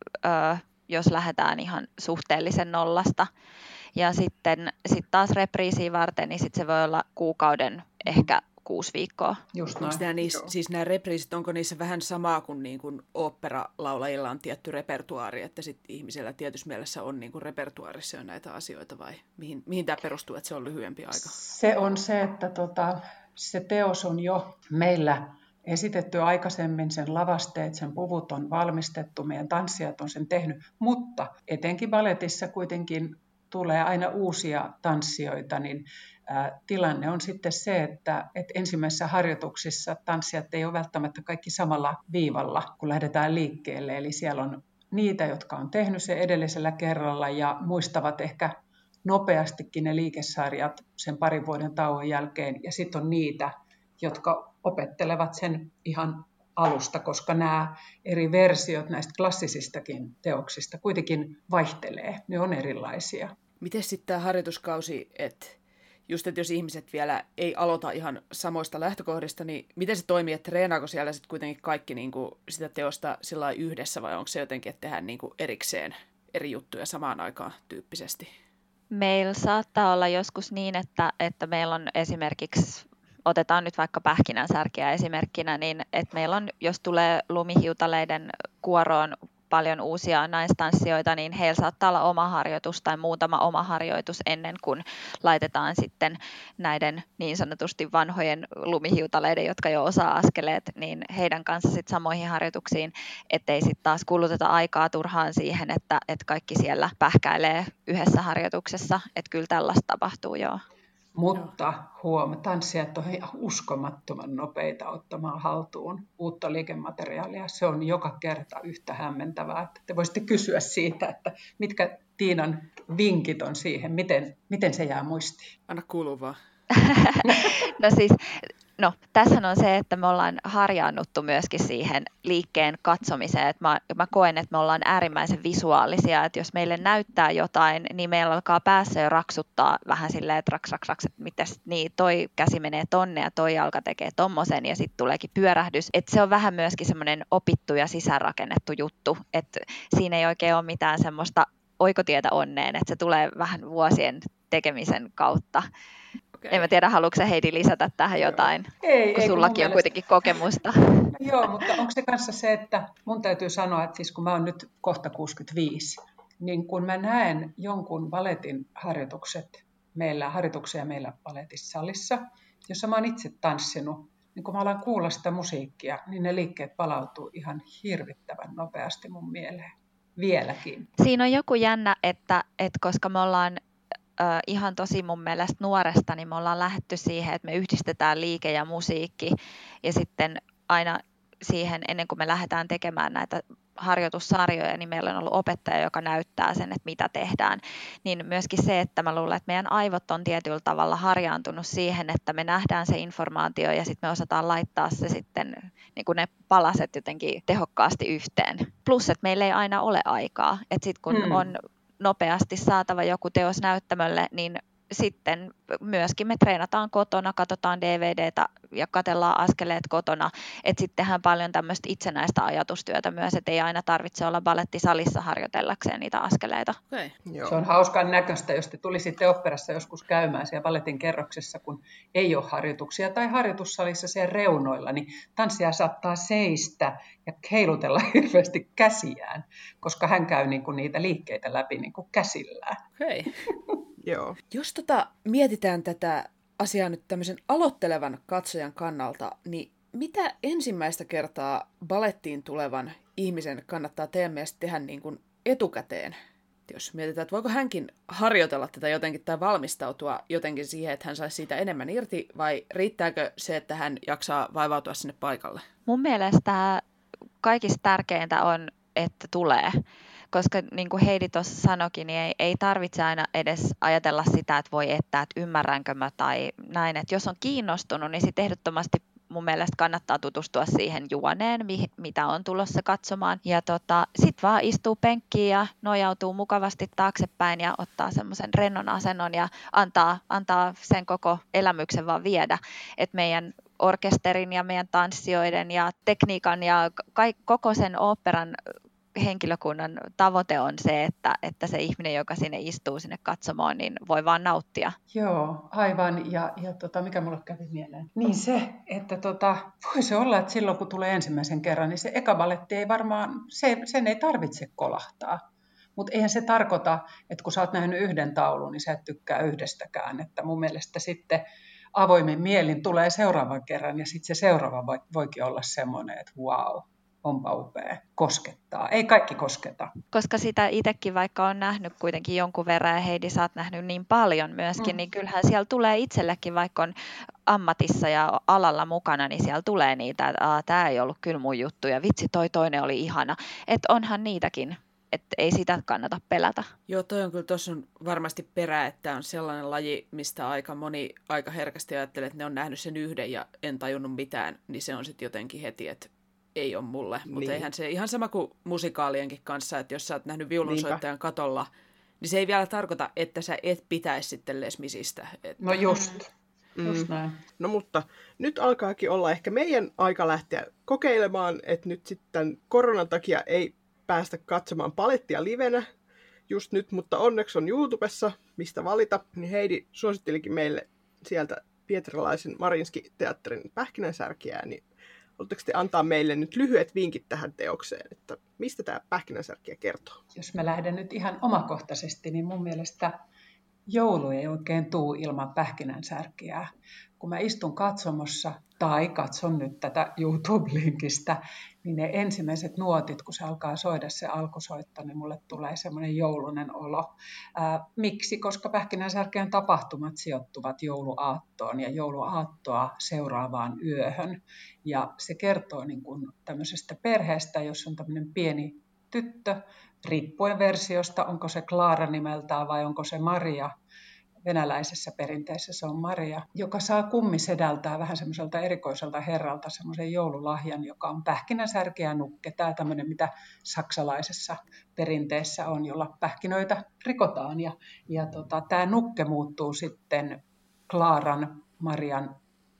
ö, jos lähdetään ihan suhteellisen nollasta. Ja sitten sit taas repriisiä varten, niin sit se voi olla kuukauden, ehkä kuusi viikkoa. Just onko nämä, niissä, siis nämä repriisit, onko niissä vähän samaa kuin, niin kuin oopperalaulajilla on tietty repertuaari, että sit ihmisellä tietyssä mielessä on niin kuin repertuaarissa jo näitä asioita, vai mihin, mihin tämä perustuu, että se on lyhyempi aika? Se on se, että tota, se teos on jo meillä esitetty aikaisemmin, sen lavasteet, sen puvut on valmistettu, meidän tanssijat on sen tehnyt, mutta etenkin balletissa kuitenkin tulee aina uusia tanssijoita, niin ä, tilanne on sitten se, että et ensimmäisissä harjoituksissa tanssijat ei ole välttämättä kaikki samalla viivalla, kun lähdetään liikkeelle. Eli siellä on niitä, jotka on tehnyt sen edellisellä kerralla ja muistavat ehkä nopeastikin ne liikesarjat sen parin vuoden tauon jälkeen. Ja sitten on niitä, jotka opettelevat sen ihan alusta, koska nämä eri versiot näistä klassisistakin teoksista kuitenkin vaihtelee. Ne on erilaisia. Miten sitten tämä harjoituskausi, että just että jos ihmiset vielä ei aloita ihan samoista lähtökohdista, niin miten se toimii, että treenaako siellä sitten kuitenkin kaikki niin kuin sitä teosta sillä yhdessä, vai onko se jotenkin, että tehdään niin kuin erikseen eri juttuja samaan aikaan tyyppisesti? Meillä saattaa olla joskus niin, että, että meillä on esimerkiksi otetaan nyt vaikka Pähkinänsärkeä esimerkkinä, niin että meillä on, jos tulee Lumihiutaleiden kuoroon paljon uusia naistanssijoita, niin heillä saattaa olla oma harjoitus tai muutama oma harjoitus ennen kuin laitetaan sitten näiden niin sanotusti vanhojen lumihiutaleiden, jotka jo osaa askeleet, niin heidän kanssa sitten samoihin harjoituksiin, ettei sitten taas kuluteta aikaa turhaan siihen, että, että kaikki siellä pähkäilee yhdessä harjoituksessa, että kyllä tällaista tapahtuu joo. Mutta huom, tanssijat on ihan uskomattoman nopeita ottamaan haltuun uutta liikemateriaalia. Se on joka kerta yhtä hämmentävää. Että te voisitte kysyä siitä, että mitkä Tiinan vinkit on siihen, miten, miten se jää muistiin. Anna kuuluu vaan. No siis, no tässähän on se, että me ollaan harjaannuttu myöskin siihen liikkeen katsomiseen. Että mä, mä koen, että me ollaan äärimmäisen visuaalisia, että jos meille näyttää jotain, niin meillä alkaa päässä jo raksuttaa vähän silleen, että raks, raks, raks, että mitäs, niin toi käsi menee tonne ja toi jalka tekee tommosen ja sitten tuleekin pyörähdys. Että se on vähän myöskin semmoinen opittu ja sisäänrakennettu juttu, että siinä ei oikein ole mitään semmoista oikotietä onneen, että se tulee vähän vuosien tekemisen kautta. Okay. En mä tiedä, haluatko Heidi lisätä tähän jotain, ei, kun ei, sullakin on kuitenkin kokemusta. Joo, mutta onko se kanssa se, että mun täytyy sanoa, että siis kun mä oon nyt kohta kuusikymmentäviisi, niin kun mä näen jonkun baletin harjoitukset meillä, harjoituksia meillä balettissalissa, jossa mä oon itse tanssinut, niin kun mä alan kuulla sitä musiikkia, niin ne liikkeet palautuu ihan hirvittävän nopeasti mun mieleen. Vieläkin. Siinä on joku jännä, että, että koska me ollaan ö, ihan tosi mun mielestä nuoresta, niin me ollaan lähdetty siihen, että me yhdistetään liike ja musiikki. Ja sitten aina siihen, ennen kuin me lähdetään tekemään näitä harjoitussarjoja, niin meillä on ollut opettaja, joka näyttää sen, että mitä tehdään. Niin myöskin se, että mä luulen, että meidän aivot on tietyllä tavalla harjaantunut siihen, että me nähdään se informaatio ja sitten me osataan laittaa se sitten, niin kuin ne palaset jotenkin tehokkaasti yhteen. Plus, että meillä ei aina ole aikaa. Että sitten kun hmm. on nopeasti saatava joku teos näyttämölle, niin sitten myöskin me treenataan kotona, katsotaan D V D:tä ja katsellaan askeleet kotona. Että sitten tehdään paljon tämmöistä itsenäistä ajatustyötä myös, että ei aina tarvitse olla balettisalissa harjoitellakseen niitä askeleita. Okay. Se on hauskan näköistä, jos te tulisitte oopperassa joskus käymään siellä baletin kerroksessa, kun ei ole harjoituksia tai harjoitussalissa siellä reunoilla, niin tanssija saattaa seistä ja heilutella hirveästi käsiään, koska hän käy niinku niitä liikkeitä läpi niinku käsillään. Okay. Joo. Jos tota, mietitään tätä asiaa nyt tämmöisen aloittelevan katsojan kannalta, niin mitä ensimmäistä kertaa balettiin tulevan ihmisen kannattaa teidän mielestä tehdä niin kuin etukäteen? Jos mietitään, että voiko hänkin harjoitella tätä jotenkin tai valmistautua jotenkin siihen, että hän saisi siitä enemmän irti, vai riittääkö se, että hän jaksaa vaivautua sinne paikalle? Mun mielestä kaikista tärkeintä on, että tulee. Koska niin kuin Heidi tuossa sanoikin, niin ei, ei tarvitse aina edes ajatella sitä, että voi että, että ymmärränkö mä tai näin. Että jos on kiinnostunut, niin sitten ehdottomasti mun mielestä kannattaa tutustua siihen juoneen, mi- mitä on tulossa katsomaan. Ja tota, sitten vaan istuu penkkiin ja nojautuu mukavasti taaksepäin ja ottaa semmoisen rennon asennon ja antaa, antaa sen koko elämyksen vaan viedä. Että meidän orkesterin ja meidän tanssijoiden ja tekniikan ja ka- koko sen oopperan henkilökunnan tavoite on se, että, että se ihminen, joka sinne istuu sinne katsomaan, niin voi vaan nauttia. Joo, aivan. Ja, ja tota, mikä mulle kävi mieleen? Niin se, että tota, voi se olla, että silloin kun tulee ensimmäisen kerran, niin se eka baletti ei varmaan, se, sen ei tarvitse kolahtaa. Mutta eihän se tarkoita, että kun sä oot nähnyt yhden taulun, niin sä et tykkää yhdestäkään. Että mun mielestä sitten avoimin mielin tulee seuraavan kerran ja sitten se seuraava voikin olla semmoinen, että vau. Onpa upea, koskettaa. Ei kaikki kosketa. Koska sitä itsekin, vaikka on nähnyt kuitenkin jonkun verran, ja Heidi, sä oot nähnyt niin paljon myöskin, mm. niin kyllähän siellä tulee itsellekin, vaikka on ammatissa ja alalla mukana, niin siellä tulee niitä, että tämä ei ollut kyllä mun juttu, ja vitsi, toi toinen oli ihana. Että onhan niitäkin, että ei sitä kannata pelätä. Joo, toi on kyllä, tuossa on varmasti perää, että on sellainen laji, mistä aika moni aika herkästi ajattelee, että ne on nähnyt sen yhden ja en tajunnut mitään, niin se on sitten jotenkin heti, että ei ole mulle, mutta niin. Eihän se ihan sama kuin musikaalienkin kanssa, että jos sä oot nähnyt viulunsoittajan Niinpä. katolla, niin se ei vielä tarkoita, että sä et pitäisi sitten Les Misistä. Että... No just, mm. just näin. No mutta nyt alkaakin olla ehkä meidän aika lähteä kokeilemaan, että nyt sitten koronan takia ei päästä katsomaan balettia livenä just nyt, mutta onneksi on YouTubessa, mistä valita, niin Heidi suosittelikin meille sieltä pietarilaisen Marinski-teatterin Pähkinänsärkiä, niin haluatteko te antaa meille nyt lyhyet vinkit tähän teokseen, että mistä tämä Pähkinänsärkiä kertoo? Jos mä lähden nyt ihan omakohtaisesti, niin mun mielestä joulu ei oikein tuu ilman Pähkinänsärkiä. Kun mä istun katsomossa tai katson nyt tätä YouTube-linkistä, niin ne ensimmäiset nuotit, kun se alkaa soida se alkusoitto, niin mulle tulee semmoinen joulunen olo. Ää, miksi? Koska Pähkinänsärkien tapahtumat sijoittuvat jouluaattoon ja jouluaattoa seuraavaan yöhön. Ja se kertoo niin kuin tämmöisestä perheestä, jossa on tämmöinen pieni tyttö, riippuen versiosta, onko se Klaara nimeltään vai onko se Maria. Venäläisessä perinteessä se on Maria, joka saa kummisedältään vähän semmoiselta erikoiselta herralta semmoisen joululahjan, joka on pähkinänsärkiä nukke. Tämä tämmöinen, mitä saksalaisessa perinteessä on, jolla pähkinöitä rikotaan. Ja, ja tota, tämä nukke muuttuu sitten Klaaran, Marian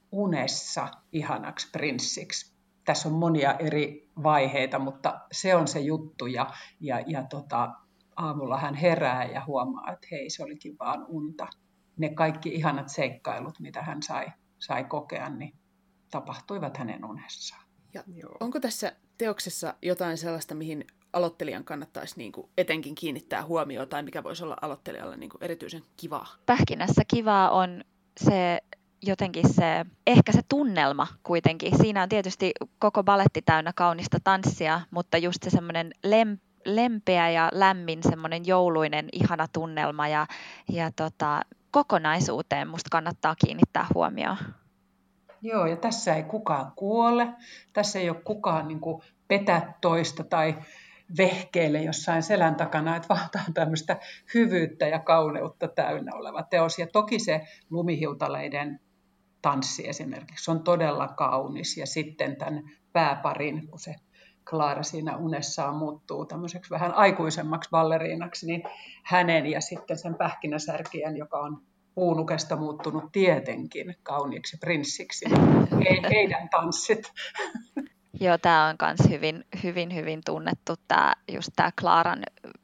unessa ihanaksi prinssiksi. Tässä on monia eri vaiheita, mutta se on se juttu ja, ja, ja tota, aamulla hän herää ja huomaa, että hei, se olikin vaan unta. Ne kaikki ihanat seikkailut, mitä hän sai, sai kokea, niin tapahtuivat hänen unessaan. Ja onko tässä teoksessa jotain sellaista, mihin aloittelijan kannattaisi niin kuin etenkin kiinnittää huomioon, tai mikä voisi olla aloittelijalle niin kuin erityisen kivaa? Pähkinässä kivaa on se jotenkin se, ehkä se tunnelma kuitenkin. Siinä on tietysti koko baletti täynnä kaunista tanssia, mutta just se semmoinen lem, lempeä ja lämmin semmoinen jouluinen ihana tunnelma ja, ja tota, kokonaisuuteen musta kannattaa kiinnittää huomioon. Joo, ja tässä ei kukaan kuole, tässä ei ole kukaan niin kuin petä toista tai vehkeile jossain selän takana, että vaan tämä on tämmöistä hyvyyttä ja kauneutta täynnä oleva teos. Ja toki se lumihiutaleiden tanssi esimerkiksi on todella kaunis, ja sitten tämän pääparin, kun se Clara siinä unessaan muuttuu tämmöiseksi vähän aikuisemmaksi balleriinaksi, niin hänen ja sitten sen pähkinäsärkijän, joka on puunukesta muuttunut tietenkin kauniiksi prinssiksi, heidän tanssit. Joo, tämä on myös hyvin, hyvin, hyvin tunnettu, tämä, just tämä Claran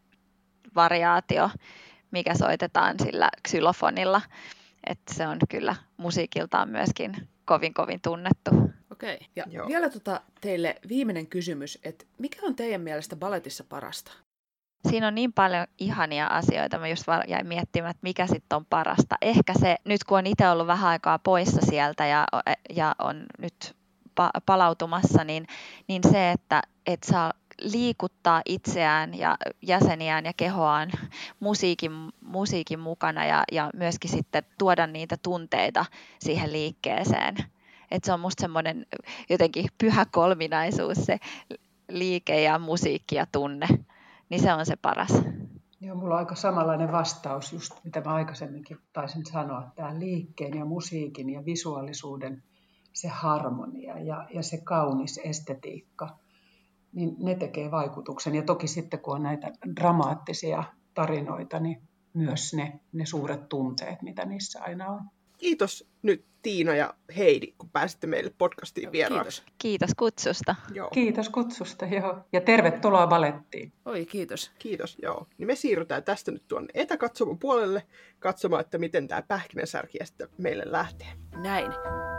variaatio, mikä soitetaan sillä xylofonilla. Että se on kyllä musiikiltaan myöskin kovin, kovin tunnettu. Okei, ja Joo. vielä tota teille viimeinen kysymys, että mikä on teidän mielestä baletissa parasta? Siinä on niin paljon ihania asioita, mä just jäin miettimään, että mikä sitten on parasta. Ehkä se, nyt kun on itse ollut vähän aikaa poissa sieltä ja, ja on nyt pa- palautumassa, niin, niin se, että et saa liikuttaa itseään ja jäseniään ja kehoaan musiikin, musiikin mukana ja, ja myöskin sitten tuoda niitä tunteita siihen liikkeeseen. Et se on musta semmoinen jotenkin pyhä kolminaisuus, se liike ja musiikki ja tunne. Niin se on se paras. Joo, mulla on aika samanlainen vastaus, just mitä mä aikaisemminkin taisin sanoa. Tämä liikkeen ja musiikin ja visuaalisuuden se harmonia ja, ja se kaunis estetiikka, niin ne tekee vaikutuksen. Ja toki sitten, kun on näitä dramaattisia tarinoita, niin myös ne, ne suuret tunteet, mitä niissä aina on. Kiitos nyt Tiina ja Heidi, kun pääsitte meille podcastiin vieraaksi. Kiitos. Kiitos kutsusta. Joo. Kiitos kutsusta, joo. Ja tervetuloa balettiin. Oi, kiitos. Kiitos, joo. Niin me siirrytään tästä nyt tuonne etäkatsomon puolelle katsomaan, että miten tämä pähkinäsärkiä sitten meille lähtee. Näin.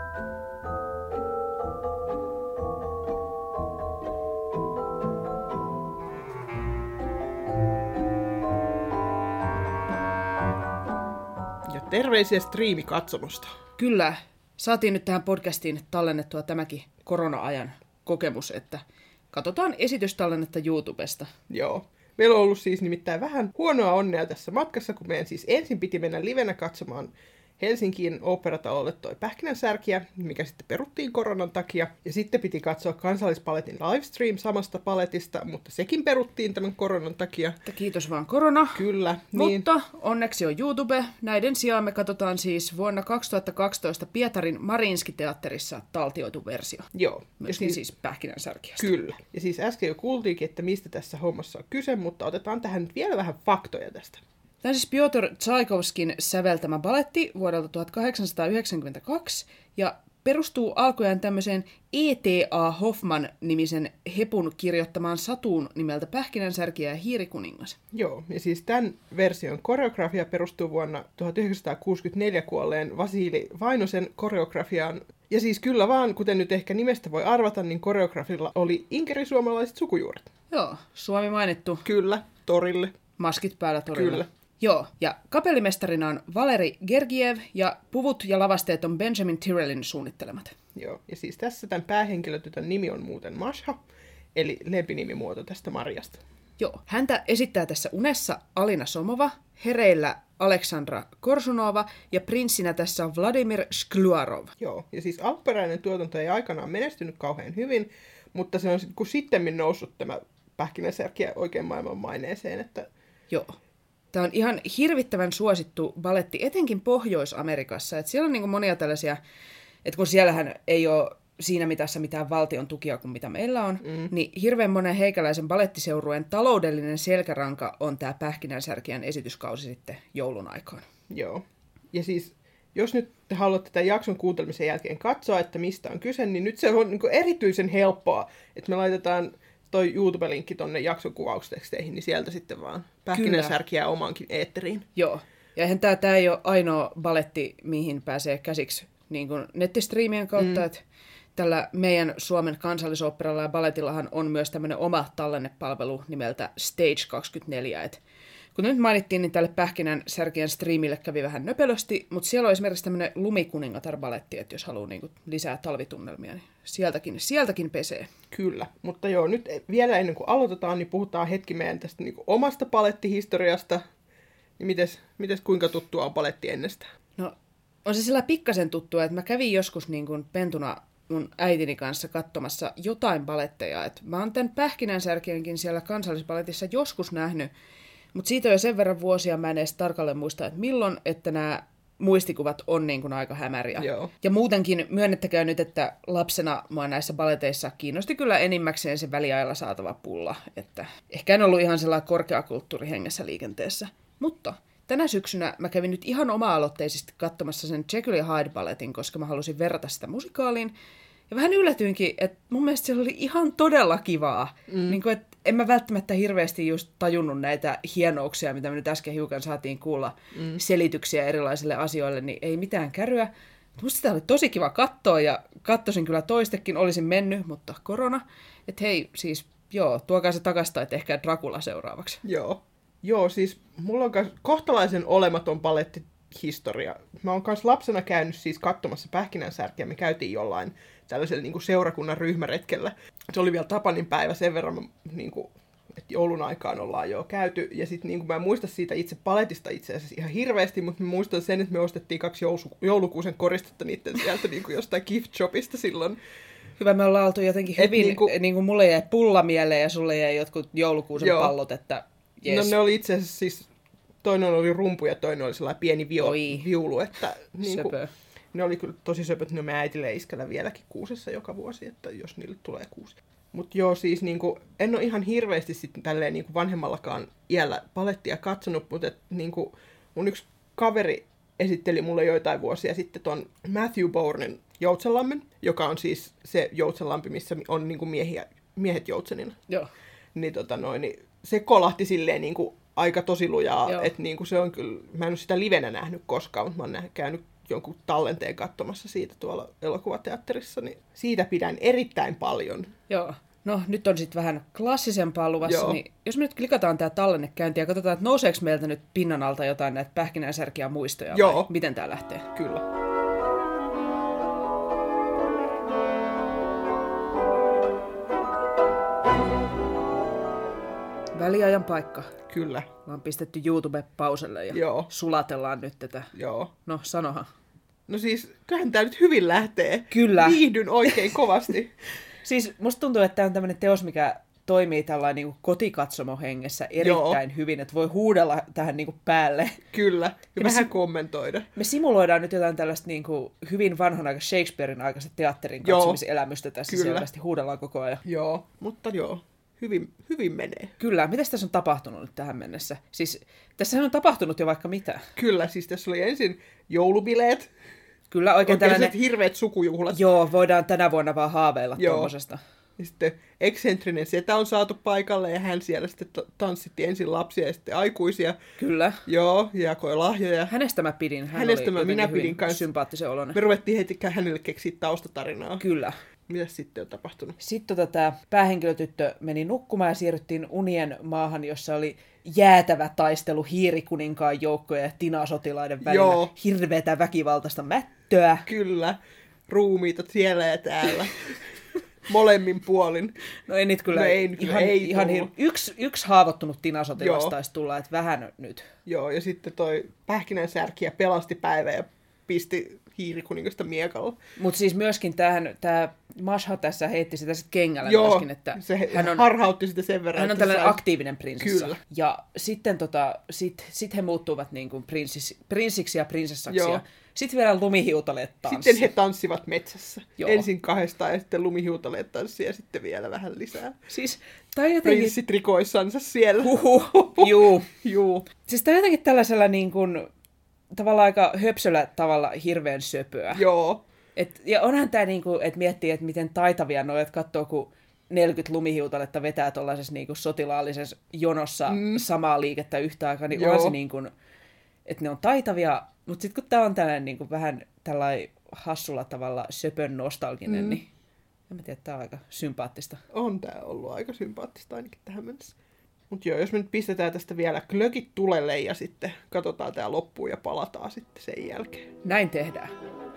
Terveisiä striimikatsomusta. Kyllä, saatiin nyt tähän podcastiin tallennettua tämäkin korona-ajan kokemus, että katsotaan esitystallennetta YouTubesta. Joo. Meillä on ollut siis nimittäin vähän huonoa onnea tässä matkassa, kun meidän siis ensin piti mennä livenä katsomaan Helsinkiin oopperatalolle toi Pähkinänsärkiä, mikä sitten peruttiin koronan takia. Ja sitten piti katsoa Kansallispaletin livestream samasta paletista, mutta sekin peruttiin tämän koronan takia. Kiitos vaan korona. Kyllä. Mutta niin. Onneksi on YouTube. Näiden sijaan me katsotaan siis vuonna kaksituhattakaksitoista Pietarin Marinski-teatterissa taltioitu versio. Joo. Myöskin siis, siis Pähkinänsärkiästä. Kyllä. Ja siis äsken jo kuultiinkin, että mistä tässä hommassa on kyse, mutta otetaan tähän nyt vielä vähän faktoja tästä. Tämä on siis Piotr Tchaikovskin säveltämä baletti vuodelta tuhatkahdeksansataayhdeksänkymmentäkaksi ja perustuu alkujaan tämmöiseen E T A Hoffman-nimisen hepun kirjoittamaan satuun nimeltä Pähkinänsärkiä ja hiirikuningas. Joo, ja siis tämän version koreografia perustuu vuonna tuhatyhdeksänsataakuusikymmentäneljä kuolleen Vasili Vainosen koreografiaan. Ja siis kyllä vaan, kuten nyt ehkä nimestä voi arvata, niin koreografilla oli inkerisuomalaiset sukujuuret. Joo, Suomi mainittu. Kyllä, torille. Maskit päällä torilla. Kyllä. Joo, ja kapellimestarina on Valeri Gergiev ja puvut ja lavasteet on Benjamin Tyrrellin suunnittelemat. Joo, ja siis tässä tämän päähenkilötytön nimi on muuten Masha, eli lempinimimuoto tästä Marjasta. Joo, häntä esittää tässä unessa Alina Somova, hereillä Aleksandra Korsunova ja prinssinä tässä on Vladimir Shklyarov. Joo, ja siis alkuperäinen tuotanto ei aikanaan menestynyt kauhean hyvin, mutta se on kun sittemmin noussut tämä Pähkinänsärkiä oikein maailman maineeseen, että... Joo. Tämä on ihan hirvittävän suosittu baletti, etenkin Pohjois-Amerikassa. Että siellä on niin monia tällaisia, että kun siellähän ei ole siinä mitassa mitään valtion tukia kuin mitä meillä on, mm. niin hirveän monen heikäläisen balettiseurueen taloudellinen selkäranka on tämä Pähkinänsärkien esityskausi sitten joulun aikaan. Joo. Ja siis, jos nyt te haluatte tämän jakson kuuntelemisen jälkeen katsoa, että mistä on kyse, niin nyt se on niin erityisen helppoa, että me laitetaan... toi YouTube-linkki tonne jakson kuvausteksteihin, niin sieltä sitten vaan Pähkinänsärkiä omaankin eetteriin. Joo. Ja eihän tää, tää ei ole ainoa baletti, mihin pääsee käsiksi niin kuin nettistriimien kautta. Mm. tällä meidän Suomen kansallisoopperalla ja baletillahan on myös tämmöinen oma tallennepalvelu nimeltä Stage kaksikymmentäneljä. Et kun nyt mainittiin, niin tälle Pähkinän Särkien striimille kävi vähän nöpelösti, mutta siellä on esimerkiksi tämmöinen Lumikuningatar-baletti, että jos haluaa niinku lisää talvitunnelmia, niin sieltäkin, sieltäkin pesee. Kyllä, mutta joo, nyt vielä ennen kuin aloitetaan, niin puhutaan hetki meidän tästä niinku omasta palettihistoriasta. Niin mites, mites kuinka tuttua on paletti ennestään? No, on se sillä pikkasen tuttua, että mä kävin joskus niin kuin pentuna mun äitini kanssa katsomassa jotain baletteja. Et mä oon tämän Pähkinänsärkienkin siellä Kansallisbaletissa joskus nähnyt, mutta siitä on jo sen verran vuosia, mä en edes tarkalleen muista, että milloin, että nämä muistikuvat on niin kuin aika hämäriä. Joo. Ja muutenkin myönnettäkää nyt, että lapsena mua näissä baleteissa kiinnosti kyllä enimmäkseen se väliajalla saatava pulla. Että ehkä en ollut ihan sellainen korkeakulttuurihengessä liikenteessä. Mutta tänä syksynä mä kävin nyt ihan oma-aloitteisesti katsomassa sen Jekyll ja Hyde-baletin, koska mä halusin verrata sitä musikaaliin. Ja vähän yllätyinkin, että mun mielestä se oli ihan todella kivaa. Mm. Niin kuin, että en mä välttämättä hirveästi just tajunnut näitä hienouksia, mitä me nyt äsken hiukan saatiin kuulla, mm. selityksiä erilaisille asioille, niin ei mitään käryä. Musta sitä oli tosi kiva katsoa ja katsoisin kyllä toistekin, olisin mennyt, mutta korona. Että hei, siis joo, tuokaa se takaisin tai tehkää Dracula seuraavaksi. Joo. Joo, siis mulla on myös kohtalaisen olematon palettihistoria. Mä oon myös lapsena käynyt siis katsomassa Pähkinänsärkiä. Me käytiin jollain tällaisella niin kuin seurakunnan ryhmäretkellä. Se oli vielä Tapanin päivä sen verran, niin kuin, että joulun aikaan ollaan jo käyty. Ja sitten niin kuin mä en muista siitä itse paletista itse asiassa ihan hirveästi, mutta mä muistan sen, että me ostettiin kaksi joulu- joulukuusen koristetta niiden sieltä niin kuin jostain gift shopista silloin. Hyvä, me ollaan oltu jotenkin hyvin, niin kuin, niin kuin mulle jäi pulla mieleen ja sulle jäi jotkut joulukuusen joo. pallot, että yes. No ne oli itse asiassa siis, toinen oli rumpu ja toinen oli sellainen pieni vio, viulu, että niin kuin, ne oli kyllä tosi söpöt, ne me äitille iskällä vieläkin kuusessa joka vuosi, että jos niille tulee kuusi. Mutta joo, siis niin kuin, en ole ihan hirveästi sitten tälleen niin kuin vanhemmallakaan iällä palettia katsonut, mutta et, niin kuin, mun yksi kaveri esitteli mulle joitain vuosia sitten ton Matthew Bournen Joutsenlammen, joka on siis se Joutsenlampi, missä on niin kuin miehiä, miehet joutsenina. Joo. Niin, tota noin, niin se kolahti silleen niin kuin aika tosi lujaa, että niin kuin se on kyllä, mä en ole sitä livenä nähnyt koskaan, mutta mä oon nähnyt, käynyt jonkun tallenteen katsomassa siitä tuolla elokuvateatterissa, niin siitä pidän erittäin paljon. Joo. No, nyt on sitten vähän klassisempaa luvassa, Joo. niin jos me nyt klikataan tää tallennekäynti ja katsotaan, että nouseeko meiltä nyt pinnan alta jotain näitä Pähkinänsärkiä muistoja, Joo. vai miten tää lähtee? Kyllä. Väliajan paikka. Kyllä. Me on pistetty YouTube pauselle ja Joo. sulatellaan nyt tätä. Joo. No, sanohan. No siis, kyllähän tää nyt hyvin lähtee. Kyllä. Viihdyn oikein kovasti. Siis musta tuntuu, että tämä on tämmöinen teos, mikä toimii tällainen niin kuin kotikatsomohengessä erittäin Joo. hyvin, että voi huudella tähän niin kuin päälle. Kyllä, ja, ja vähän me, kommentoida. Me simuloidaan nyt jotain tällaista niin kuin hyvin vanhan aika Shakespearein aikaista teatterin katsomiselämystä tässä Kyllä. selvästi, huudellaan koko ajan. Joo, mutta joo, hyvin, hyvin menee. Kyllä, mitä tässä on tapahtunut nyt tähän mennessä? Siis tässähän on tapahtunut jo vaikka mitä. Kyllä, siis tässä oli ensin joulubileet. Kyllä, oikein, oikein tällainen hirveät sukujuhlat. Joo, voidaan tänä vuonna vaan haaveilla tuommoisesta. Ja sitten eksentrinen setä on saatu paikalle ja hän siellä sitten tanssitti ensin lapsia ja sitten aikuisia. Kyllä. Joo, ja jakoi lahjoja. Hänestä mä pidin. Hän Hänestä oli minä pidin kanssa. Sympaattisen oloinen. Me ruvettiin heti hänelle keksiä taustatarinaa. Kyllä. Mitäs sitten on tapahtunut? Sitten tota, tämä päähenkilötyttö meni nukkumaan ja siirryttiin unien maahan, jossa oli jäätävä taistelu hiirikuninkaan joukkoja ja tinasotilaiden välillä. Joo. Hirveätä väkivaltaista mättöä. Kyllä. Ruumiita siellä ja täällä. Molemmin puolin. No ei nyt kyllä, no ei, kyllä ihan, ei ihan hir... yksi, yksi haavoittunut tinasotilas taisi tulla, että vähän nyt. Joo, ja sitten toi Pähkinänsärkiä pelasti päivä ja pisti hiirikuningasta miekalla. Mutta siis myöskin tämä Masha tässä heitti sitä sitten kengällä Joo, myöskin, että se hän on, harhautti sitä sen verran. Hän on tällainen sai... aktiivinen prinsessa. Kyllä. Ja sitten tota, sit, sit he muuttuvat niin kuin prinssis, prinsiksi ja prinsessaksi. Joo. Ja sitten vielä lumihiutaleet tanssi. Sitten he tanssivat metsässä. Joo. Ensin kahdestaan ja sitten lumihiutaleet tanssi ja sitten vielä vähän lisää. Siis, tai jotenkin... Prinssitrikoissansa siellä. Huhu, juu. juu. Siis tämä on jotenkin tällaisella niin kuin, tavallaan aika höpsöllä tavalla hirveän söpöä. Joo. Et, ja onhan tämä, niinku, että miettii, että miten taitavia ne on, että katsoo, kun neljäkymmentä lumihiutaletta vetää tuollaisessa niinku sotilaallisessa jonossa mm. samaa liikettä yhtä aikaa, niin onhan se niin kuin, että ne on taitavia, mutta sitten kun tämä on tällainen niinku vähän tällainen hassulla tavalla söpön nostalginen, mm. niin En mä tiedä, tää on aika sympaattista. On tää ollut aika sympaattista ainakin tähän mennessä. Mut joo, jos me nyt pistetään tästä vielä glögit tulelle ja sitten katsotaan tää loppuun ja palataan sitten sen jälkeen. Näin tehdään.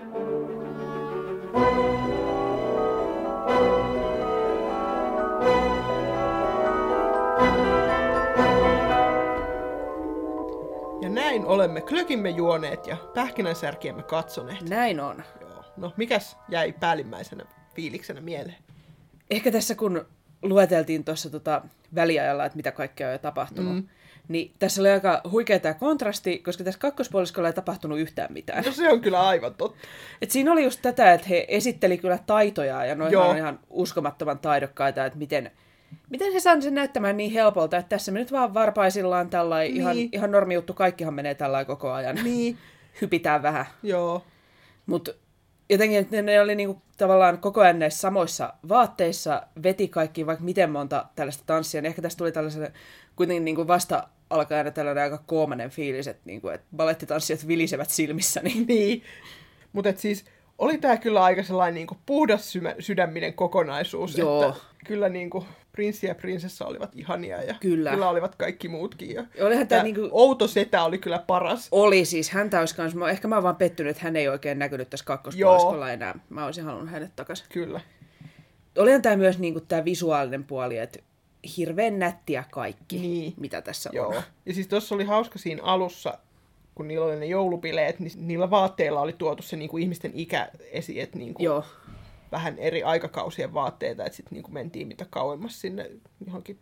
Ja näin olemme glögimme juoneet ja pähkinänsärkiemme katsoneet. Näin on. Joo. No, mikäs jäi päällimmäisenä fiiliksenä mieleen? Ehkä tässä kun lueteltiin tuossa tota väliajalla, että mitä kaikkea on jo tapahtunut, mm. niin tässä oli aika huikea tämä kontrasti, koska tässä kakkospuoliskolla ei tapahtunut yhtään mitään. No se on kyllä aivan totta. Et siinä oli just tätä, että he esitteli kyllä taitoja, ja noihan on ihan uskomattoman taidokkaita, että miten, miten he saavat sen näyttämään niin helpolta, että tässä me nyt vaan varpaisillaan tällainen niin. ihan, ihan normi juttu, kaikkihan menee tällainen koko ajan. Niin. Hypitään vähän. Joo. Mutta jotenkin, että ne oli niinku tavallaan koko ajan näissä samoissa vaatteissa, veti kaikki vaikka miten monta tällaista tanssia, niin ehkä tästä tuli tällaisen kuitenkin niinku vasta alkaen tällainen aika koomainen fiilis, että, niinku, että balettitanssijat vilisevät silmissä. Niin, niin. Mutta siis oli tämä kyllä aika sellainen niinku puhdas sydäminen kokonaisuus, Joo. että kyllä niinku prinssi ja prinsessa olivat ihania ja kyllä, kyllä olivat kaikki muutkin. Ja olihan tämä niinku outo setä oli kyllä paras. Oli siis, häntä olisi kans, ehkä mä oon vaan pettynyt, että hän ei oikein näkynyt tässä kakkospuoliskolla enää. Mä olisin halunnut hänet takaisin. Kyllä. Olihan tämä myös niinku tämä visuaalinen puoli, että hirveän nättiä kaikki, niin. mitä tässä Joo. on. Ja siis tuossa oli hauska siinä alussa, kun niillä oli ne joulubileet, niin niillä vaatteilla oli tuotu se niinku ihmisten ikä esiin, että niinku Joo. vähän eri aikakausien vaatteita, että sitten niinku mentiin mitä kauemmas sinne johonkin,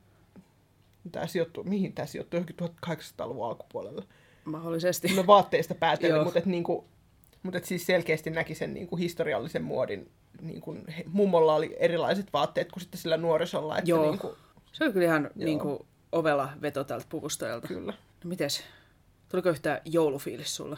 tää sijoittuu, mihin tämä sijoittuu, johonkin tuhatkahdeksansataaluvun alkupuolella. Mahdollisesti. No vaatteista päätellen, mutta et niinku, mut et siis selkeästi näki sen niinku historiallisen muodin, niinku, he, mummolla oli erilaiset vaatteet kuin sitten sillä nuorisolla. Että Joo, niinku, se oli kyllä ihan niinku ovela veto tältä puvustajalta. Kyllä. No mites, tuliko yhtään joulufiilis sulla?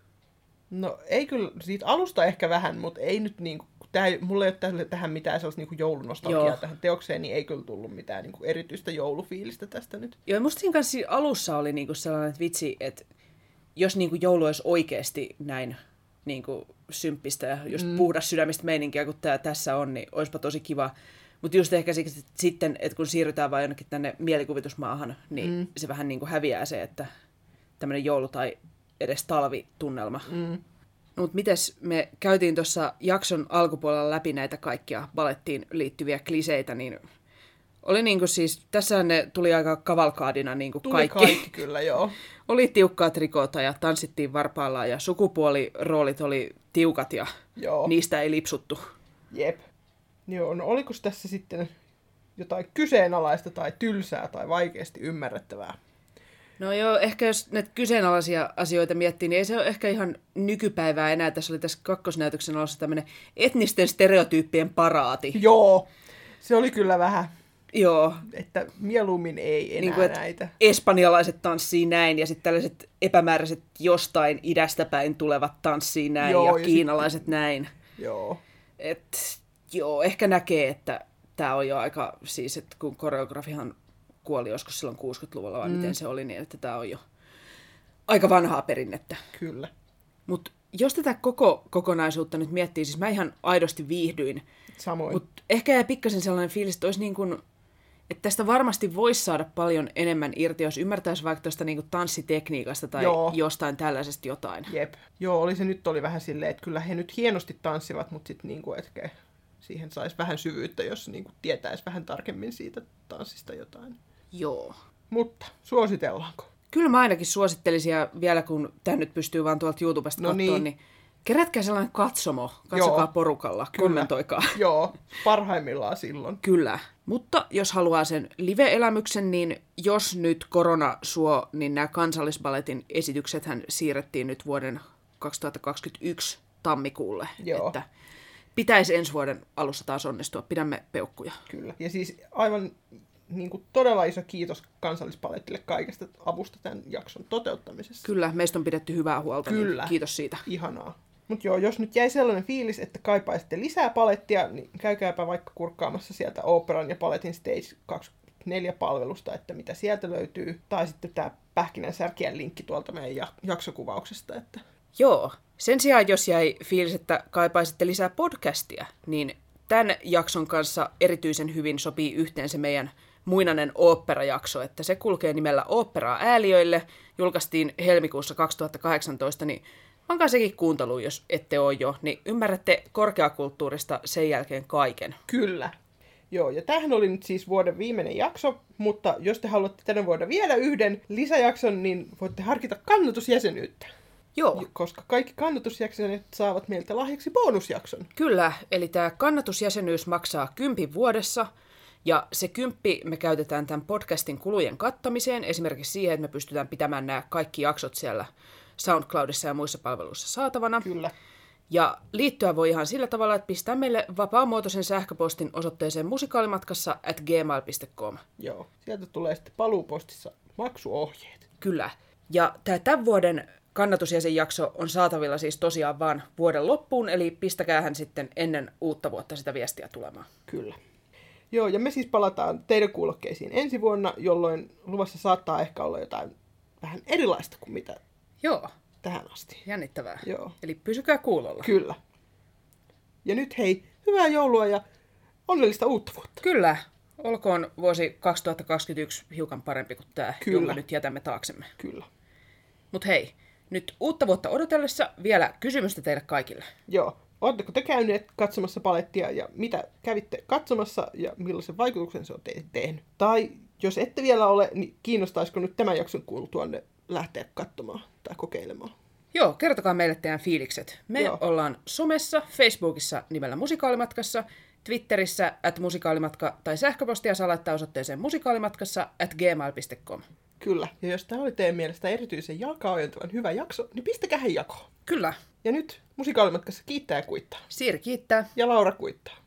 No ei kyllä, siitä alusta ehkä vähän, mutta ei nyt niinku, tää, mulla ei ole tähän mitään sellaista niinku joulunostalgiaa Joo. tähän teokseen, niin ei kyllä tullut mitään niinku erityistä joulufiilistä tästä nyt. Joo, musta siinä kanssa alussa oli niinku sellainen että vitsi, että jos niinku joulu olisi oikeasti näin niinku symppistä ja just mm. puhdas sydämistä meininkiä, kun tää tässä on, niin olisipa tosi kiva. Mutta just ehkä siksi, että sitten, että kun siirrytään vaan jonnekin tänne mielikuvitusmaahan, niin mm. se vähän niinku häviää se, että tämmöinen joulu- tai edes talvitunnelma. Mm. No, mutta mites me käytiin tuossa jakson alkupuolella läpi näitä kaikkia balettiin liittyviä kliseitä, niin oli niinku siis, tässä ne tuli aika kavalkaadina niinku tuli kaikki. kaikki kyllä, joo. Oli tiukkaa trikoota ja tanssittiin varpaillaan ja sukupuoliroolit oli tiukat ja joo. niistä ei lipsuttu. Jep. Joo, no oliko tässä sitten jotain kyseenalaista tai tylsää tai vaikeasti ymmärrettävää? No joo, ehkä jos näitä kyseenalaisia asioita miettii, niin ei se ole ehkä ihan nykypäivää enää. Tässä oli tässä kakkosnäytöksen alussa tämmöinen etnisten stereotyyppien paraati. Joo, se oli kyllä vähän, joo. että mieluummin ei enää niin kuin, näitä. Espanjalaiset tanssii näin ja sitten tällaiset epämääräiset jostain idästä päin tulevat tanssii näin joo, ja, ja kiinalaiset sit näin. Joo. Et, joo, ehkä näkee, että tämä on jo aika, siis että kun koreografihan kuoli joskus silloin kuusikymmentäluvulla, vai mm. miten se oli, niin että tämä on jo aika vanhaa perinnettä. Kyllä. Mutta jos tätä koko kokonaisuutta nyt miettii, siis mä ihan aidosti viihdyin. Samoin. Mutta ehkä jää pikkasen sellainen fiilis, että, olisi niin kuin, että tästä varmasti voisi saada paljon enemmän irti, jos ymmärtäisi vaikka tuosta niin kuin tanssitekniikasta tai Joo. jostain tällaisesta jotain. Jep. Joo, oli se nyt oli vähän silleen, että kyllä he nyt hienosti tanssivat, mutta sitten niin kuin ehkä siihen saisi vähän syvyyttä, jos niin kuin tietäisi vähän tarkemmin siitä tanssista jotain. Joo. Mutta suositellaanko? Kyllä mä ainakin suosittelisin, ja vielä kun tän nyt pystyy vaan tuolta YouTubesta no katsoa, niin. niin kerätkää sellainen katsomo, katsokaa Joo. porukalla, Kyllä. kommentoikaa. Joo, parhaimmillaan silloin. Kyllä, mutta jos haluaa sen live-elämyksen, niin jos nyt korona suo, niin nämä Kansallisbaletin esityksethän siirrettiin nyt vuoden kaksituhattakaksikymmentäyksi tammikuulle. Joo. Että pitäisi ensi vuoden alussa taas onnistua, pidämme peukkuja. Kyllä, ja siis aivan niin kuin todella iso kiitos Kansallispalettille kaikesta avusta tämän jakson toteuttamisessa. Kyllä, meistä on pidetty hyvää huolta, Kyllä. Niin kiitos siitä. Ihanaa. Mutta joo, jos nyt jäi sellainen fiilis, että kaipaisitte lisää palettia, niin käykääpä vaikka kurkkaamassa sieltä Operan ja Paletin Stage kaksikymmentäneljä-palvelusta, että mitä sieltä löytyy. Tai sitten tämä pähkinänsärkien linkki tuolta meidän jaksokuvauksesta. Että... Joo. Sen sijaan, jos jäi fiilis, että kaipaisitte lisää podcastia, niin tämän jakson kanssa erityisen hyvin sopii yhteen se meidän muinainen oopperajakso, että se kulkee nimellä Oopperaa ääliöille, julkaistiin helmikuussa kaksituhattakahdeksantoista, niin pankaa sekin kuunteluun, jos ette ole jo, niin ymmärrätte korkeakulttuurista sen jälkeen kaiken. Kyllä. Joo, ja tämähän oli nyt siis vuoden viimeinen jakso, mutta jos te haluatte tänä vuonna vielä yhden lisäjakson, niin voitte harkita kannatusjäsenyyttä. Joo. Koska kaikki kannatusjäsenet saavat meiltä lahjaksi bonusjakson. Kyllä, eli tämä kannatusjäsenyys maksaa kympin vuodessa, ja se kymppi me käytetään tämän podcastin kulujen kattamiseen, esimerkiksi siihen, että me pystytään pitämään nämä kaikki jaksot siellä SoundCloudissa ja muissa palveluissa saatavana. Kyllä. Ja liittyä voi ihan sillä tavalla, että pistää meille vapaamuotoisen sähköpostin osoitteeseen musikaalimatkassa at gmail piste com. Joo, sieltä tulee sitten paluupostissa maksuohjeet. Kyllä. Ja tämä tämän vuoden kannatusjäsenjakso on saatavilla siis tosiaan vaan vuoden loppuun, eli pistäkäähän sitten ennen uutta vuotta sitä viestiä tulemaan. Kyllä. Joo, ja me siis palataan teidän kuulokkeisiin ensi vuonna, jolloin luvassa saattaa ehkä olla jotain vähän erilaista kuin mitä Joo. tähän asti. Jännittävää. Joo. Eli pysykää kuulolla. Kyllä. Ja nyt hei, hyvää joulua ja onnellista uutta vuotta. Kyllä. Olkoon vuosi kaksituhattakaksikymmentäyksi hiukan parempi kuin tämä, Kyllä. jonka nyt jätämme taaksemme. Kyllä. Mut hei, nyt uutta vuotta odotellessa vielä kysymystä teille kaikille. Joo. Oletteko te käyneet katsomassa palettia ja mitä kävitte katsomassa ja millaisen vaikutuksen se on te- tehnyt? Tai jos ette vielä ole, niin kiinnostaisiko nyt tämän jakson kuultuanne lähteä katsomaan tai kokeilemaan? Joo, kertokaa meille teidän fiilikset. Me Joo. ollaan somessa, Facebookissa nimellä Musikaalimatkassa, Twitterissä at musikaalimatka tai sähköpostia saa laittaa osoitteeseen musikaalimatkassa at gmail piste com. Kyllä. Ja jos tämä oli teidän mielestä erityisen jalkaojentavan hyvä jakso, niin pistäkää jakoon. Kyllä. Ja nyt Musikaalimatkassa kiittää ja kuittaa. Siiri kiittää. Ja Laura kuittaa.